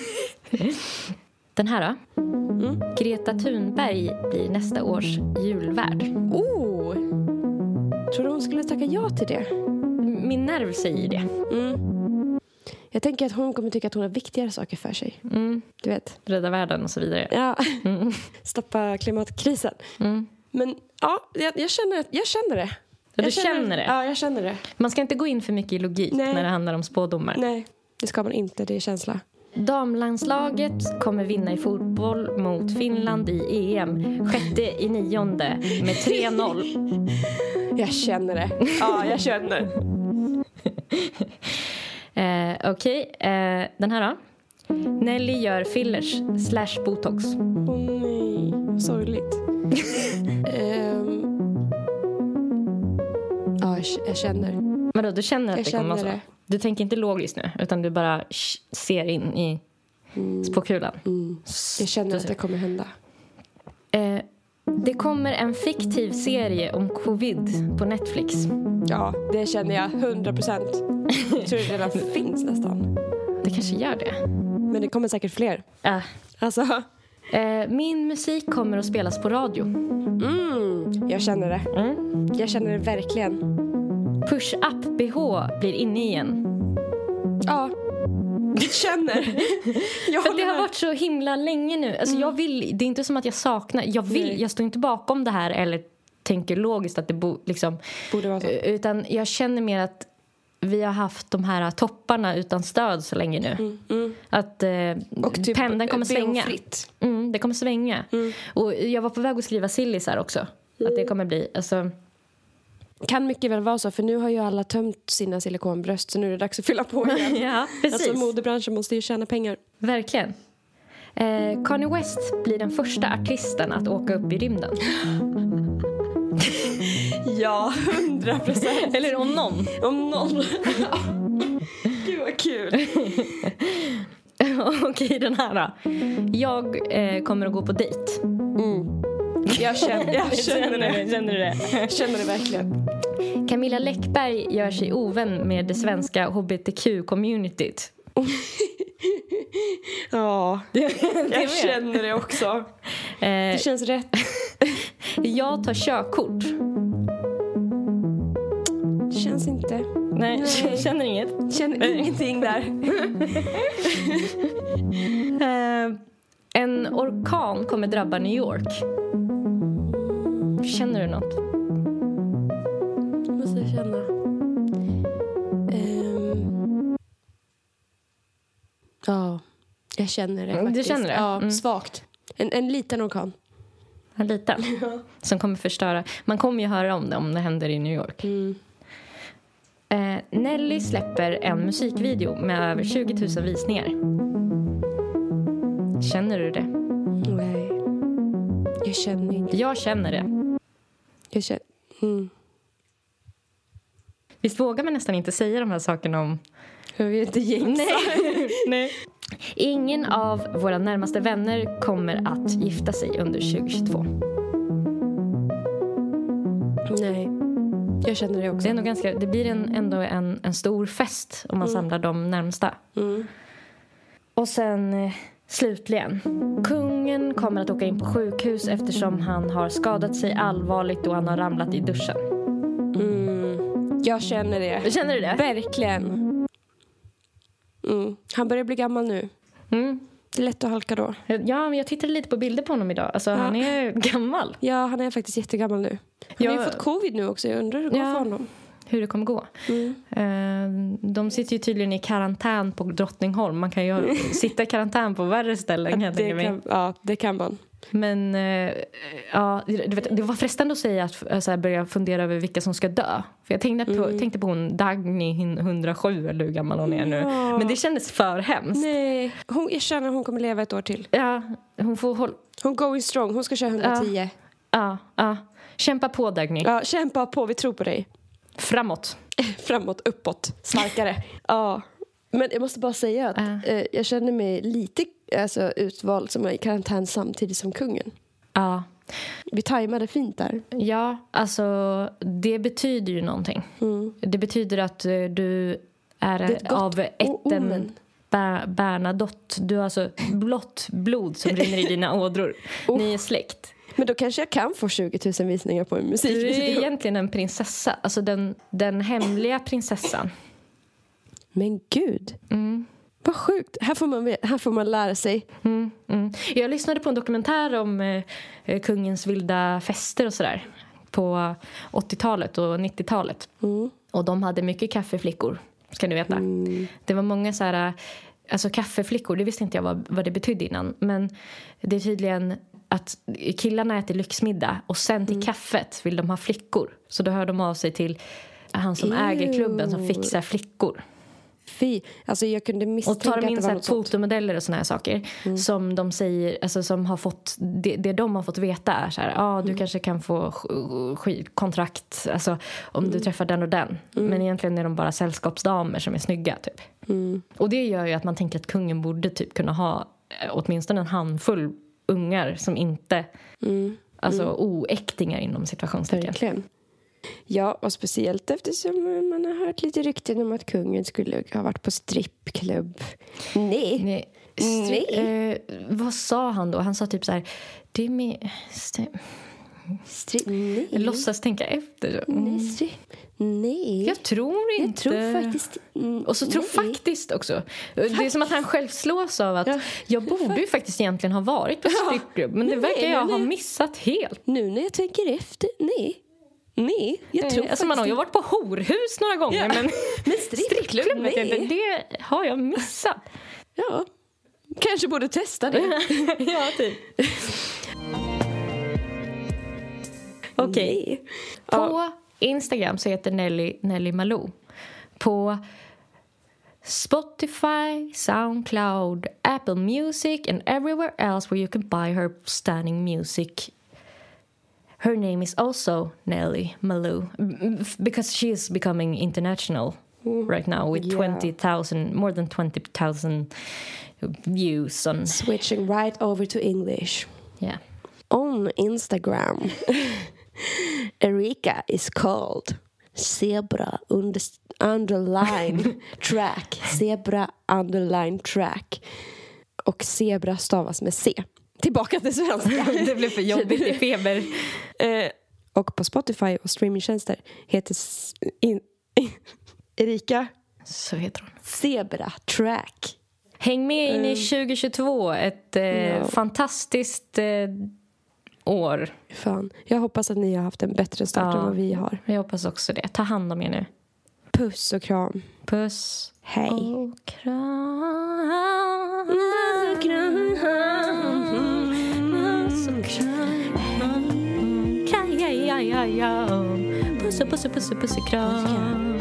Den här då? Greta Thunberg blir nästa års julvärd.
Tror du hon skulle tacka ja till det?
Min nerv säger det.
Jag tänker att hon kommer tycka att hon har viktigare saker för sig. Du vet.
Rädda världen och så vidare.
Ja. Stoppa klimatkrisen. Men ja, jag känner det.
Du känner det?
Ja, jag känner det.
Man ska inte gå in för mycket i logik när det handlar om spådomar.
Nej, det ska man inte. Det är känsla.
Damlandslaget kommer vinna i fotboll mot Finland i EM 6/9 med 3-0.
Jag känner det. Ja, jag känner.
Okej, den här då. Nelly gör fillers / botox.
Nej, sorgligt. Ja, jag känner.
Men då, du känner att det kommer vara så?
Det.
Du tänker inte logiskt nu, utan du bara ser in i... spåkulan.
Jag känner att det kommer hända.
Det kommer en fiktiv serie om covid på Netflix.
Ja, det känner jag 100%. Jag tror det redan finns nästan.
Det kanske gör det.
Men det kommer säkert fler. Alltså.
Min musik kommer att spelas på radio.
Jag känner det. Jag känner det verkligen.
Push-up-BH blir inne igen.
Ja. Känner.
För det har varit så himla länge nu. Alltså jag vill, det är inte som att jag saknar. Jag står inte bakom det här eller tänker logiskt att det
borde vara så.
Utan jag känner mer att vi har haft de här topparna utan stöd så länge nu. Att
och typ
pendeln kommer svänga. Det kommer svänga. Och jag var på väg att skriva sillisar också. Att det kommer bli, alltså.
Kan mycket väl vara så, för nu har ju alla tömt sina silikonbröst, så nu är det dags att fylla på igen.
Ja, precis.
Alltså modebranschen måste ju tjäna pengar.
Verkligen. Kanye West blir den första artisten att åka upp i rymden.
Ja, 100%.
Eller om någon.
Gud vad kul.
Okej, den här då. Jag kommer att gå på dejt.
Jag känner det.
Känner det
verkligen.
Camilla Läckberg gör sig ovän med det svenska HBTQ-communityt.
Ja, jag känner det också. Det känns rätt.
Jag tar körkort.
Känns inte.
Nej. Känner inget.
Känner ingenting där.
En orkan kommer drabba New York. Känner du något?
Måste jag känna. Ja, jag känner det faktiskt.
Du känner det?
Ja, svagt. En liten orkan.
En liten? Som kommer förstöra. Man kommer ju höra om det händer i New York. Nelly släpper en musikvideo med över 20 000 visningar. Känner du det?
Nej. Jag känner inte.
Jag känner det.
Jag känner.
Visst vågar man nästan inte säga de här sakerna om.
Jag vill inte jinxa.
Nej. Ingen av våra närmaste vänner kommer att gifta sig under 2022.
Nej. Jag känner det också.
Det är nog det blir ändå en stor fest om man samlar de närmsta. Och sen slutligen. Kungen kommer att åka in på sjukhus eftersom han har skadat sig allvarligt och han har ramlat i duschen.
Jag känner det.
Känner du det?
Verkligen. Han börjar bli gammal nu. Det är lätt att halka då.
Ja, men jag tittade lite på bilder på honom idag. Alltså, han är gammal.
Ja, han är faktiskt jättegammal nu. Han har ju fått covid nu också. Jag undrar hur det går för honom.
Hur det kommer gå. De sitter ju tydligen i karantän på Drottningholm. Man kan ju sitta i karantän på värre ställen.
Det kan man.
Men du vet, det var frestande att säga att börja fundera över vilka som ska dö. För jag tänkte på hon Dagny 107 eller hur gammal hon är nu. Men det kändes för hemskt.
Nej, jag känner att hon kommer leva ett år till.
Ja,
hon going strong. Hon ska köra 110.
Ja. Kämpa på, Dagny.
Ja, kämpa på. Vi tror på dig.
Framåt,
uppåt. Starkare. Ja. Men jag måste bara säga att jag känner mig lite utvald som är i karantän samtidigt som kungen.
Ja.
Vi tajmade fint där.
Ja, alltså det betyder ju någonting. Det betyder att du är av ätten Bernadotte. Du har alltså blått blod som rinner i dina ådror. Ni är släkt.
Men då kanske jag kan få 20 000 visningar på en musikvideo.
Du är egentligen en prinsessa. Alltså den hemliga prinsessan.
Men gud. Vad sjukt. Här får man lära sig.
Jag lyssnade på en dokumentär om kungens vilda fester och sådär. På 80-talet och 90-talet. Och de hade mycket kaffeflickor. Ska ni veta. Det var många så här. Alltså kaffeflickor. Det visste inte jag vad det betydde innan. Men det är tydligen att killarna äter lyxmiddag. Och sen till kaffet vill de ha flickor. Så då hör de av sig till han som äger klubben som fixar flickor.
Alltså jag kunde misstänka
och tar de in så här fotomodeller och såna här saker som de säger, alltså som har fått det de har fått veta är så här, du kanske kan få kontrakt alltså om du träffar den och den. Men egentligen är de bara sällskapsdamer som är snygga typ. Och det gör ju att man tänker att kungen borde typ kunna ha åtminstone en handfull ungar som inte alltså oäktingar inom situationstecken.
Verkligen. Ja, och speciellt eftersom man har hört lite rykten om att kungen skulle ha varit på strippklubb. Nej.
Vad sa han då? Han sa typ så här, det är med
nej.
Låtsas tänka efter.
Nej.
Jag tror inte.
Jag tror faktiskt.
Och så tror faktiskt också. Det är som att han själv slås av att jag borde ju faktiskt egentligen ha varit på strippklubb, men det verkar jag ha missat helt.
Nu när jag tänker efter, nej, jag tror
alltså man har ju varit på horhus några gånger, men strippklubb, det har jag missat.
Ja, kanske borde testa det.
Ja, typ. Okej. På Instagram så heter Nelly Malou. På Spotify, SoundCloud, Apple Music and everywhere else where you can buy her stunning music. Her name is also Nelly Malou because she is becoming international right now with 20,000, more than 20,000 views on.
Switching right over to English.
Yeah.
On Instagram, Erika is called Zebra underline track. Zebra underline track. Och zebra stavas med C. Tillbaka till svenska.
Det blev för jobbigt i feber.
Och på Spotify och streamingtjänster heter Erika.
Så heter hon.
Zebra track.
Häng med in i 2022. Ett fantastiskt år.
Fan. Jag hoppas att ni har haft en bättre start än vad vi har.
Jag hoppas också det. Ta hand om er nu.
Puss och kram.
Puss.
Hej.
Och kram. Puss och kram. Puss och puss och puss och puss och kram.